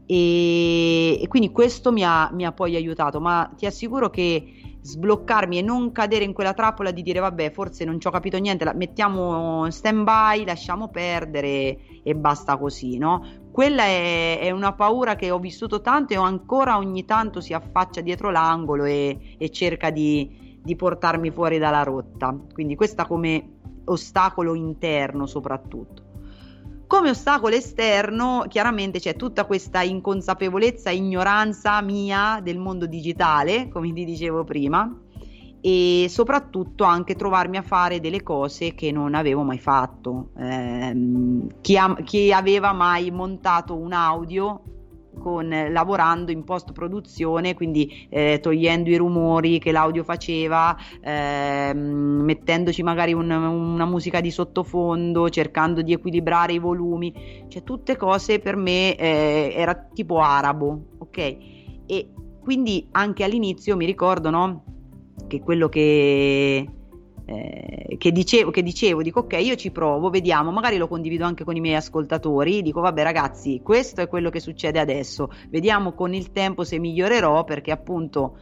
E quindi questo mi ha poi aiutato, ma ti assicuro che sbloccarmi e non cadere in quella trappola di dire vabbè, forse non ci ho capito niente, mettiamo stand by, lasciamo perdere e basta così, no? Quella è una paura che ho vissuto tanto e ancora ogni tanto si affaccia dietro l'angolo e cerca di portarmi fuori dalla rotta. Quindi questa come ostacolo interno soprattutto. Come ostacolo esterno chiaramente c'è tutta questa inconsapevolezza, ignoranza mia del mondo digitale, come ti dicevo prima, e soprattutto anche trovarmi a fare delle cose che non avevo mai fatto. Chi aveva mai montato un audio lavorando in post produzione, quindi togliendo i rumori che l'audio faceva, mettendoci magari una musica di sottofondo, cercando di equilibrare i volumi, cioè tutte cose per me era tipo arabo, ok? E quindi anche all'inizio mi ricordo, no, che quello che dicevo, dico ok, io ci provo, vediamo, magari lo condivido anche con i miei ascoltatori, dico vabbè ragazzi, questo è quello che succede adesso, vediamo con il tempo se migliorerò, perché appunto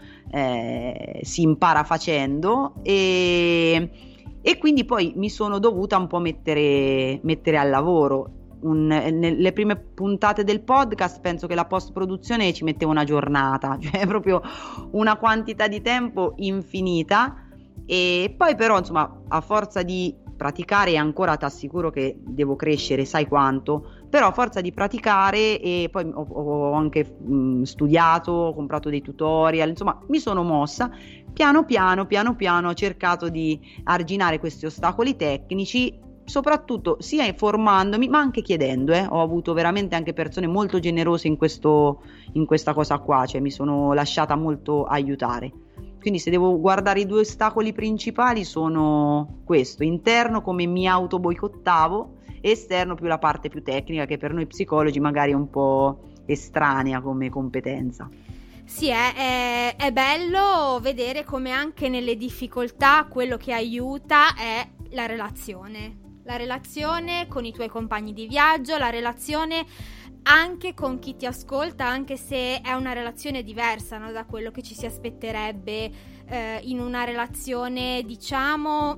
si impara facendo e quindi poi mi sono dovuta un po' mettere al lavoro. Nelle prime puntate del podcast penso che la post produzione ci metteva una giornata, cioè proprio una quantità di tempo infinita. E poi però insomma a forza di praticare, e ancora ti assicuro che devo crescere, sai quanto, però a forza di praticare, e poi ho anche studiato, ho comprato dei tutorial, insomma mi sono mossa piano piano ho cercato di arginare questi ostacoli tecnici, soprattutto sia informandomi ma anche chiedendo. Ho avuto veramente anche persone molto generose in questa cosa qua, cioè mi sono lasciata molto aiutare. Quindi se devo guardare i 2 ostacoli principali sono questo: interno come mi auto boicottavo, e esterno più la parte più tecnica, che per noi psicologi magari è un po' estranea come competenza. Sì, è bello vedere come anche nelle difficoltà quello che aiuta è la relazione. La relazione con i tuoi compagni di viaggio, la relazione anche con chi ti ascolta, anche se è una relazione diversa, no, da quello che ci si aspetterebbe in una relazione, diciamo,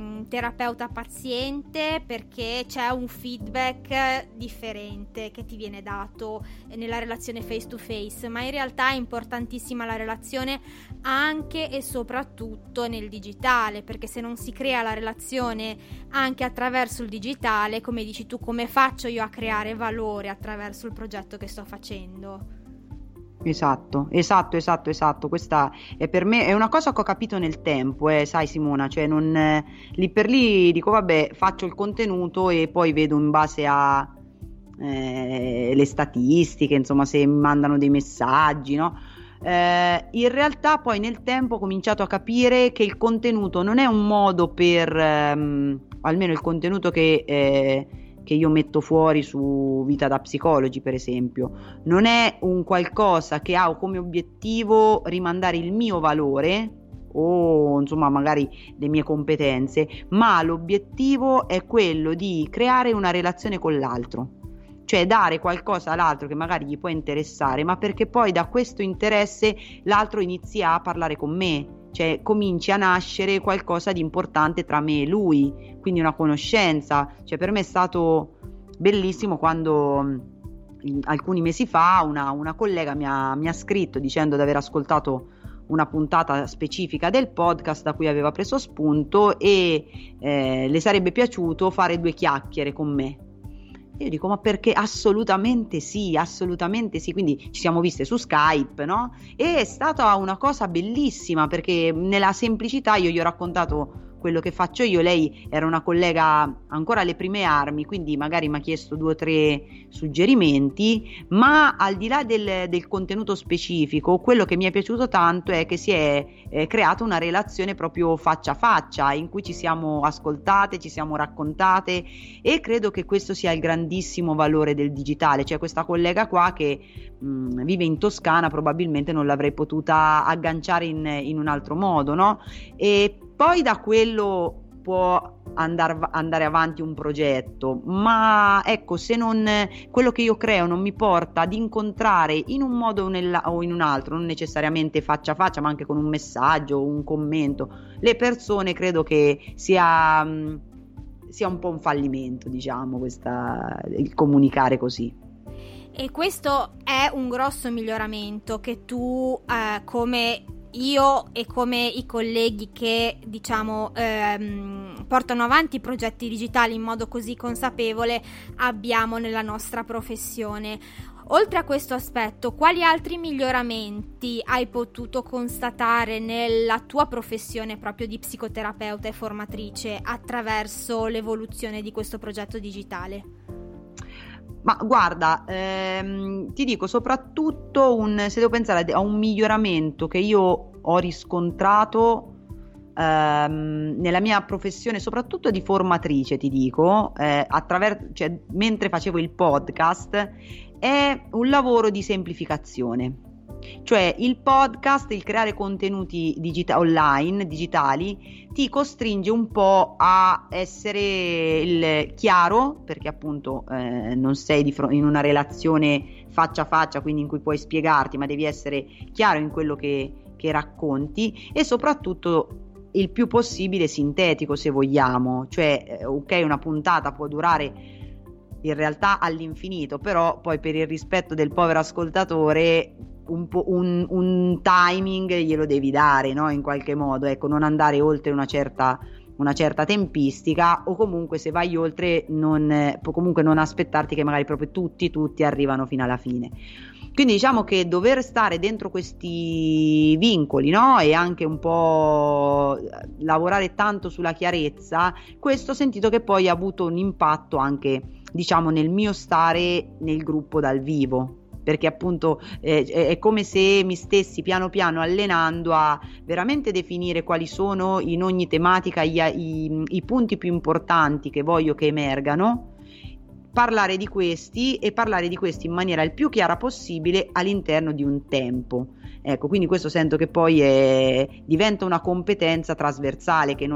terapeuta-paziente, perché c'è un feedback differente che ti viene dato nella relazione face to face, ma in realtà è importantissima la relazione anche e soprattutto nel digitale, perché se non si crea la relazione anche attraverso il digitale, come dici tu, come faccio io a creare valore attraverso il progetto che sto facendo? Esatto. Questa è per me è una cosa che ho capito nel tempo, sai Simona, cioè non lì per lì dico vabbè, faccio il contenuto e poi vedo in base a le statistiche, insomma, se mi mandano dei messaggi, no? In realtà poi nel tempo ho cominciato a capire che il contenuto non è un modo per, almeno il contenuto che io metto fuori su Vita da Psicologi, per esempio, non è un qualcosa che ha come obiettivo rimandare il mio valore o insomma magari le mie competenze, ma l'obiettivo è quello di creare una relazione con l'altro, cioè dare qualcosa all'altro che magari gli può interessare, ma perché poi da questo interesse l'altro inizi a parlare con me, cioè cominci a nascere qualcosa di importante tra me e lui, quindi una conoscenza. Cioè per me è stato bellissimo quando alcuni mesi fa una collega mi ha scritto dicendo di aver ascoltato una puntata specifica del podcast da cui aveva preso spunto e le sarebbe piaciuto fare 2 chiacchiere con me. Io dico ma perché? Assolutamente sì, quindi ci siamo viste su Skype, no? E è stata una cosa bellissima perché nella semplicità io gli ho raccontato quello che faccio io, lei era una collega ancora alle prime armi, quindi magari mi ha chiesto 2 o 3 suggerimenti, ma al di là del contenuto specifico, quello che mi è piaciuto tanto è che si è creata una relazione proprio faccia a faccia, in cui ci siamo ascoltate, ci siamo raccontate, e credo che questo sia il grandissimo valore del digitale. Cioè questa collega qua che vive in Toscana, probabilmente non l'avrei potuta agganciare in un altro modo, no? E poi da quello può andare avanti un progetto, ma ecco, se non quello che io creo non mi porta ad incontrare in un modo o in un altro, non necessariamente faccia a faccia, ma anche con un messaggio o un commento, le persone, credo che sia un po' un fallimento, diciamo, il comunicare così. E questo è un grosso miglioramento che tu, come io e come i colleghi che diciamo portano avanti i progetti digitali in modo così consapevole, abbiamo nella nostra professione. Oltre a questo aspetto, quali altri miglioramenti hai potuto constatare nella tua professione proprio di psicoterapeuta e formatrice attraverso l'evoluzione di questo progetto digitale? Ma guarda, ti dico soprattutto se devo pensare a un miglioramento che io ho riscontrato nella mia professione, soprattutto di formatrice, ti dico, cioè, mentre facevo il podcast, è un lavoro di semplificazione. Cioè il podcast, il creare contenuti online, digitali, ti costringe un po' a essere chiaro, perché appunto non sei in una relazione faccia a faccia, quindi in cui puoi spiegarti, ma devi essere chiaro in quello che racconti, e soprattutto il più possibile sintetico, se vogliamo. Cioè ok, una puntata può durare in realtà all'infinito, però poi per il rispetto del povero ascoltatore un timing glielo devi dare, no? In qualche modo, ecco, non andare oltre una certa tempistica, o comunque se vai oltre comunque non aspettarti che magari proprio tutti arrivano fino alla fine. Quindi diciamo che dover stare dentro questi vincoli, no? E anche un po' lavorare tanto sulla chiarezza, questo ho sentito che poi ha avuto un impatto anche, diciamo, nel mio stare nel gruppo dal vivo, perché appunto è come se mi stessi piano piano allenando a veramente definire quali sono in ogni tematica i punti più importanti che voglio che emergano, parlare di questi e parlare di questi in maniera il più chiara possibile all'interno di un tempo. Ecco, quindi questo sento che poi diventa una competenza trasversale, che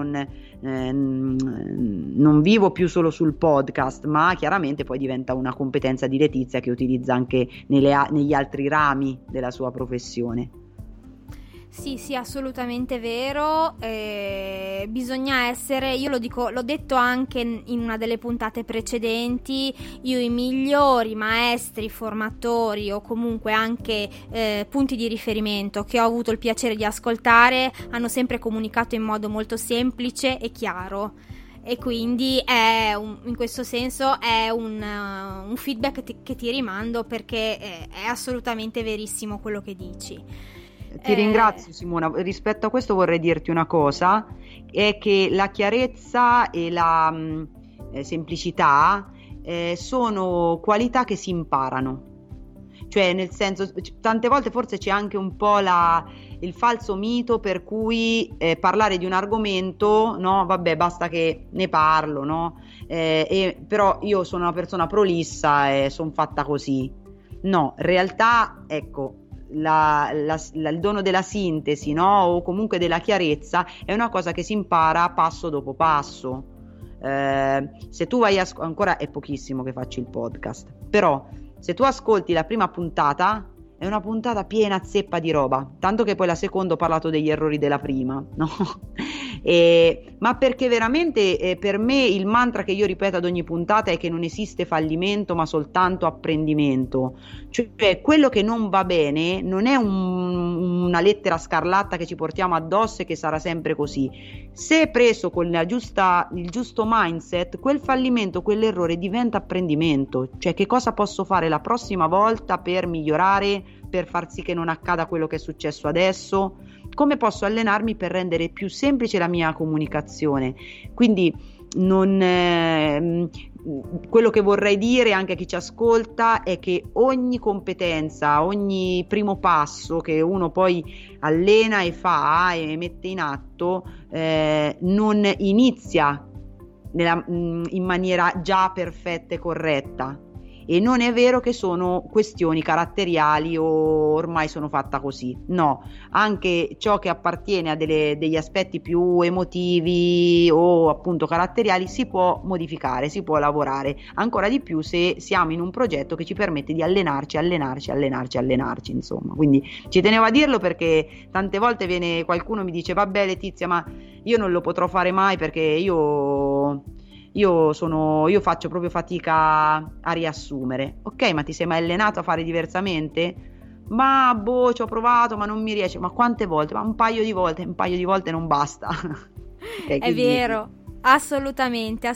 non vivo più solo sul podcast, ma chiaramente poi diventa una competenza di Letizia che utilizza anche negli altri rami della sua professione. Sì, sì, assolutamente vero. Bisogna essere, io lo dico, l'ho detto anche in una delle puntate precedenti, i migliori maestri, formatori o comunque anche punti di riferimento che ho avuto il piacere di ascoltare hanno sempre comunicato in modo molto semplice e chiaro. E quindi in questo senso è un feedback che ti rimando, perché è assolutamente verissimo quello che dici. Ti ringrazio, Simona. Rispetto a questo vorrei dirti una cosa, è che la chiarezza e la semplicità sono qualità che si imparano. Cioè, nel senso, tante volte forse c'è anche un po' il falso mito per cui parlare di un argomento, no? Vabbè, basta che ne parlo, no? Però io sono una persona prolissa e sono fatta così. No, in realtà, ecco, il dono della sintesi, no? O comunque della chiarezza è una cosa che si impara passo dopo passo. Se tu vai ancora è pochissimo che faccio il podcast, però se tu ascolti la prima puntata è una puntata piena zeppa di roba, tanto che poi la seconda ho parlato degli errori della prima, no? Ma perché veramente per me il mantra che io ripeto ad ogni puntata è che non esiste fallimento ma soltanto apprendimento. Cioè, quello che non va bene non è una lettera scarlatta che ci portiamo addosso e che sarà sempre così. Se preso con il giusto mindset, quel fallimento, quell'errore diventa apprendimento. Cioè, che cosa posso fare la prossima volta per migliorare, per far sì che non accada quello che è successo adesso? Come posso allenarmi per rendere più semplice la mia comunicazione? Quindi quello che vorrei dire anche a chi ci ascolta è che ogni competenza, ogni primo passo che uno poi allena e fa e mette in atto non inizia in maniera già perfetta e corretta. E non è vero che sono questioni caratteriali o ormai sono fatta così, no, anche ciò che appartiene a degli aspetti più emotivi o appunto caratteriali si può modificare, si può lavorare ancora di più se siamo in un progetto che ci permette di allenarci, insomma. Quindi ci tenevo a dirlo perché tante volte qualcuno mi dice vabbè Letizia, ma io non lo potrò fare mai perché io faccio proprio fatica a riassumere. Ok, ma ti sei mai allenato a fare diversamente? Ma ci ho provato, ma non mi riesce. Ma quante volte? Ma un paio di volte non basta. Okay, è vero. Assolutamente.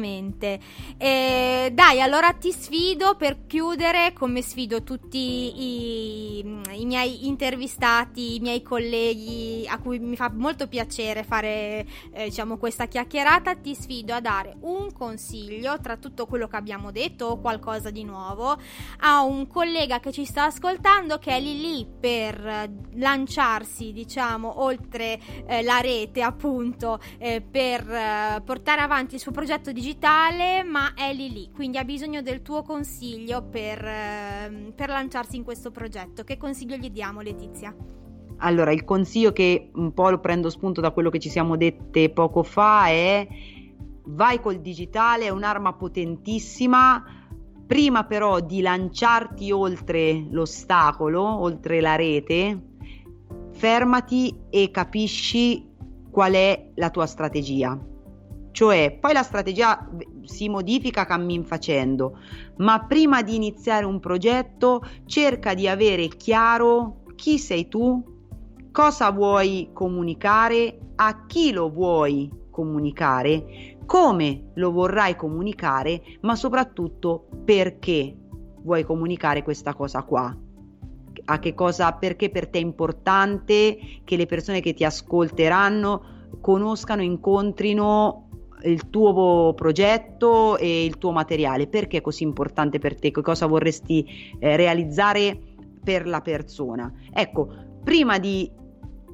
Dai, allora ti sfido per chiudere, come sfido tutti i miei intervistati, i miei colleghi a cui mi fa molto piacere fare questa chiacchierata. Ti sfido a dare un consiglio tra tutto quello che abbiamo detto o qualcosa di nuovo a un collega che ci sta ascoltando, che è lì per lanciarsi, diciamo, oltre la rete, appunto, per portare avanti il suo progetto digitale, ma è lì, quindi ha bisogno del tuo consiglio per lanciarsi in questo progetto. Che consiglio gli diamo, Letizia? Allora, il consiglio, che un po' lo prendo spunto da quello che ci siamo dette poco fa, è: vai col digitale, è un'arma potentissima. Prima però di lanciarti oltre l'ostacolo, oltre la rete, fermati e capisci qual è la tua strategia. Cioè, poi la strategia si modifica cammin facendo, ma prima di iniziare un progetto cerca di avere chiaro chi sei tu, cosa vuoi comunicare, a chi lo vuoi comunicare, come lo vorrai comunicare, ma soprattutto perché vuoi comunicare questa cosa qua. Perché per te è importante che le persone che ti ascolteranno conoscano, incontrino il tuo progetto e il tuo materiale. Perché è così importante per te? Che cosa vorresti realizzare per la persona? Ecco, prima di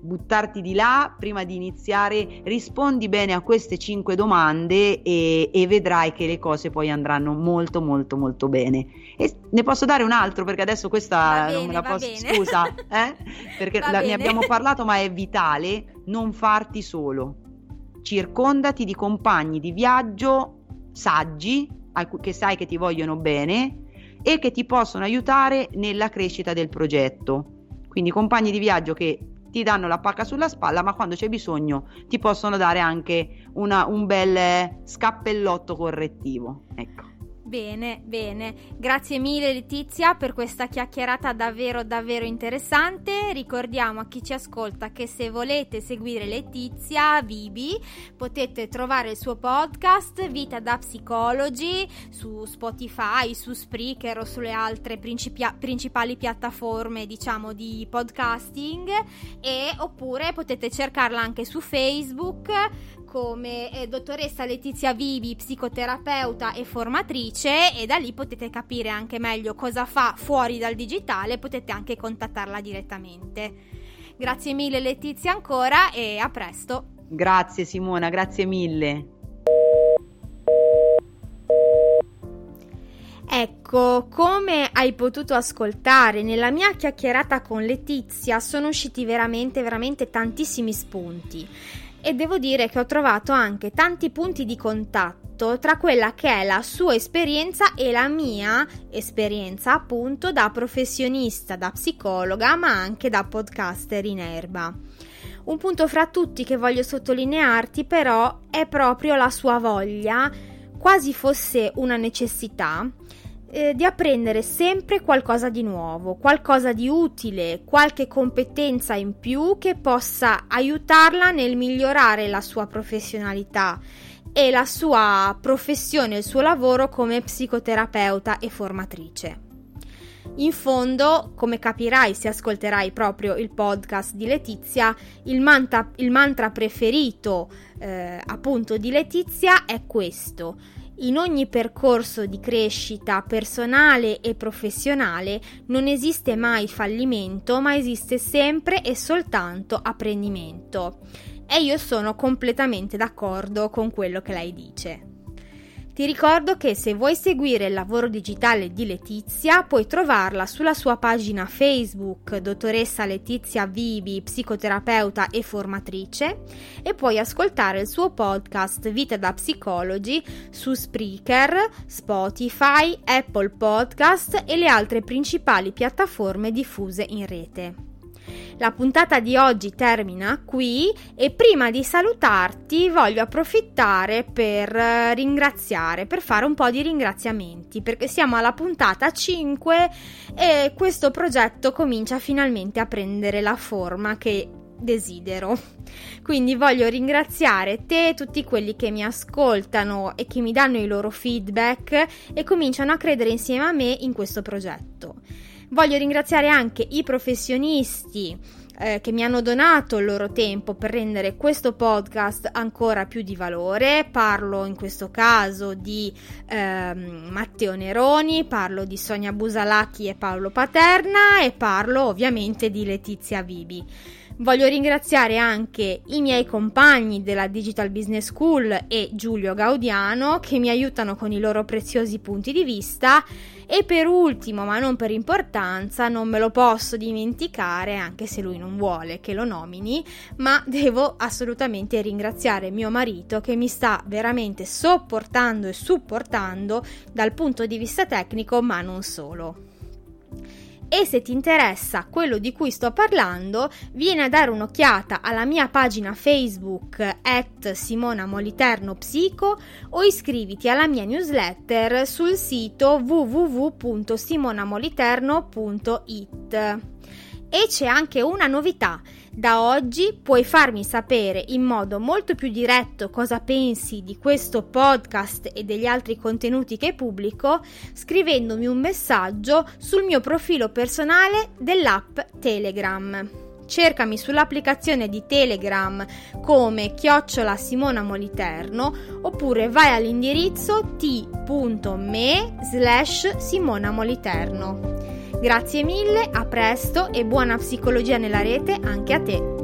buttarti di là prima di iniziare, rispondi bene a queste 5 domande e vedrai che le cose poi andranno molto molto molto bene. E ne posso dare un altro, perché adesso questa non me la posso, scusa, perché ne abbiamo parlato, ma è vitale: non farti solo. Circondati di compagni di viaggio saggi, che sai che ti vogliono bene e che ti possono aiutare nella crescita del progetto. Quindi compagni di viaggio che ti danno la pacca sulla spalla, ma quando c'è bisogno ti possono dare anche un bel scappellotto correttivo. Ecco. Bene, grazie mille Letizia per questa chiacchierata davvero davvero interessante. Ricordiamo a chi ci ascolta che se volete seguire Letizia Vibi potete trovare il suo podcast Vita da Psicology su Spotify, su Spreaker o sulle altre principali piattaforme, diciamo, di podcasting, e oppure potete cercarla anche su Facebook come dottoressa Letizia Vibi, psicoterapeuta e formatrice, e da lì potete capire anche meglio cosa fa fuori dal digitale, potete anche contattarla direttamente. Grazie mille Letizia ancora e a presto. Grazie Simona, grazie mille. Ecco, come hai potuto ascoltare, nella mia chiacchierata con Letizia sono usciti veramente veramente tantissimi spunti. E devo dire che ho trovato anche tanti punti di contatto tra quella che è la sua esperienza e la mia esperienza, appunto, da professionista, da psicologa, ma anche da podcaster in erba. Un punto fra tutti che voglio sottolinearti però è proprio la sua voglia, quasi fosse una necessità, di apprendere sempre qualcosa di nuovo, qualcosa di utile, qualche competenza in più che possa aiutarla nel migliorare la sua professionalità e la sua professione, il suo lavoro come psicoterapeuta e formatrice. In fondo, come capirai se ascolterai proprio il podcast di Letizia, il mantra preferito appunto di Letizia è questo: in ogni percorso di crescita personale e professionale non esiste mai fallimento, ma esiste sempre e soltanto apprendimento. E io sono completamente d'accordo con quello che lei dice. Ti ricordo che se vuoi seguire il lavoro digitale di Letizia puoi trovarla sulla sua pagina Facebook dottoressa Letizia Vibi, psicoterapeuta e formatrice, e puoi ascoltare il suo podcast Vita da Psicology su Spreaker, Spotify, Apple Podcast e le altre principali piattaforme diffuse in rete. La puntata di oggi termina qui e prima di salutarti voglio approfittare per fare un po' di ringraziamenti, perché siamo alla puntata 5 e questo progetto comincia finalmente a prendere la forma che desidero. Quindi voglio ringraziare te e tutti quelli che mi ascoltano e che mi danno i loro feedback e cominciano a credere insieme a me in questo progetto. Voglio ringraziare anche i professionisti che mi hanno donato il loro tempo per rendere questo podcast ancora più di valore. Parlo in questo caso di Matteo Neroni, parlo di Sonia Busalacchi e Paolo Paterna e parlo ovviamente di Letizia Vibi. Voglio ringraziare anche i miei compagni della Digital Business School e Giulio Gaudiano che mi aiutano con i loro preziosi punti di vista, e per ultimo, ma non per importanza, non me lo posso dimenticare, anche se lui non vuole che lo nomini, ma devo assolutamente ringraziare mio marito che mi sta veramente sopportando e supportando dal punto di vista tecnico, ma non solo. E se ti interessa quello di cui sto parlando, vieni a dare un'occhiata alla mia pagina Facebook @SimonaMoliternoPsico o iscriviti alla mia newsletter sul sito www.simonamoliterno.it. E c'è anche una novità: da oggi puoi farmi sapere in modo molto più diretto cosa pensi di questo podcast e degli altri contenuti che pubblico scrivendomi un messaggio sul mio profilo personale dell'app Telegram. Cercami sull'applicazione di Telegram come @SimonaMoliterno oppure vai all'indirizzo t.me/SimonaMoliterno. Grazie mille, a presto e buona psicologia nella rete anche a te.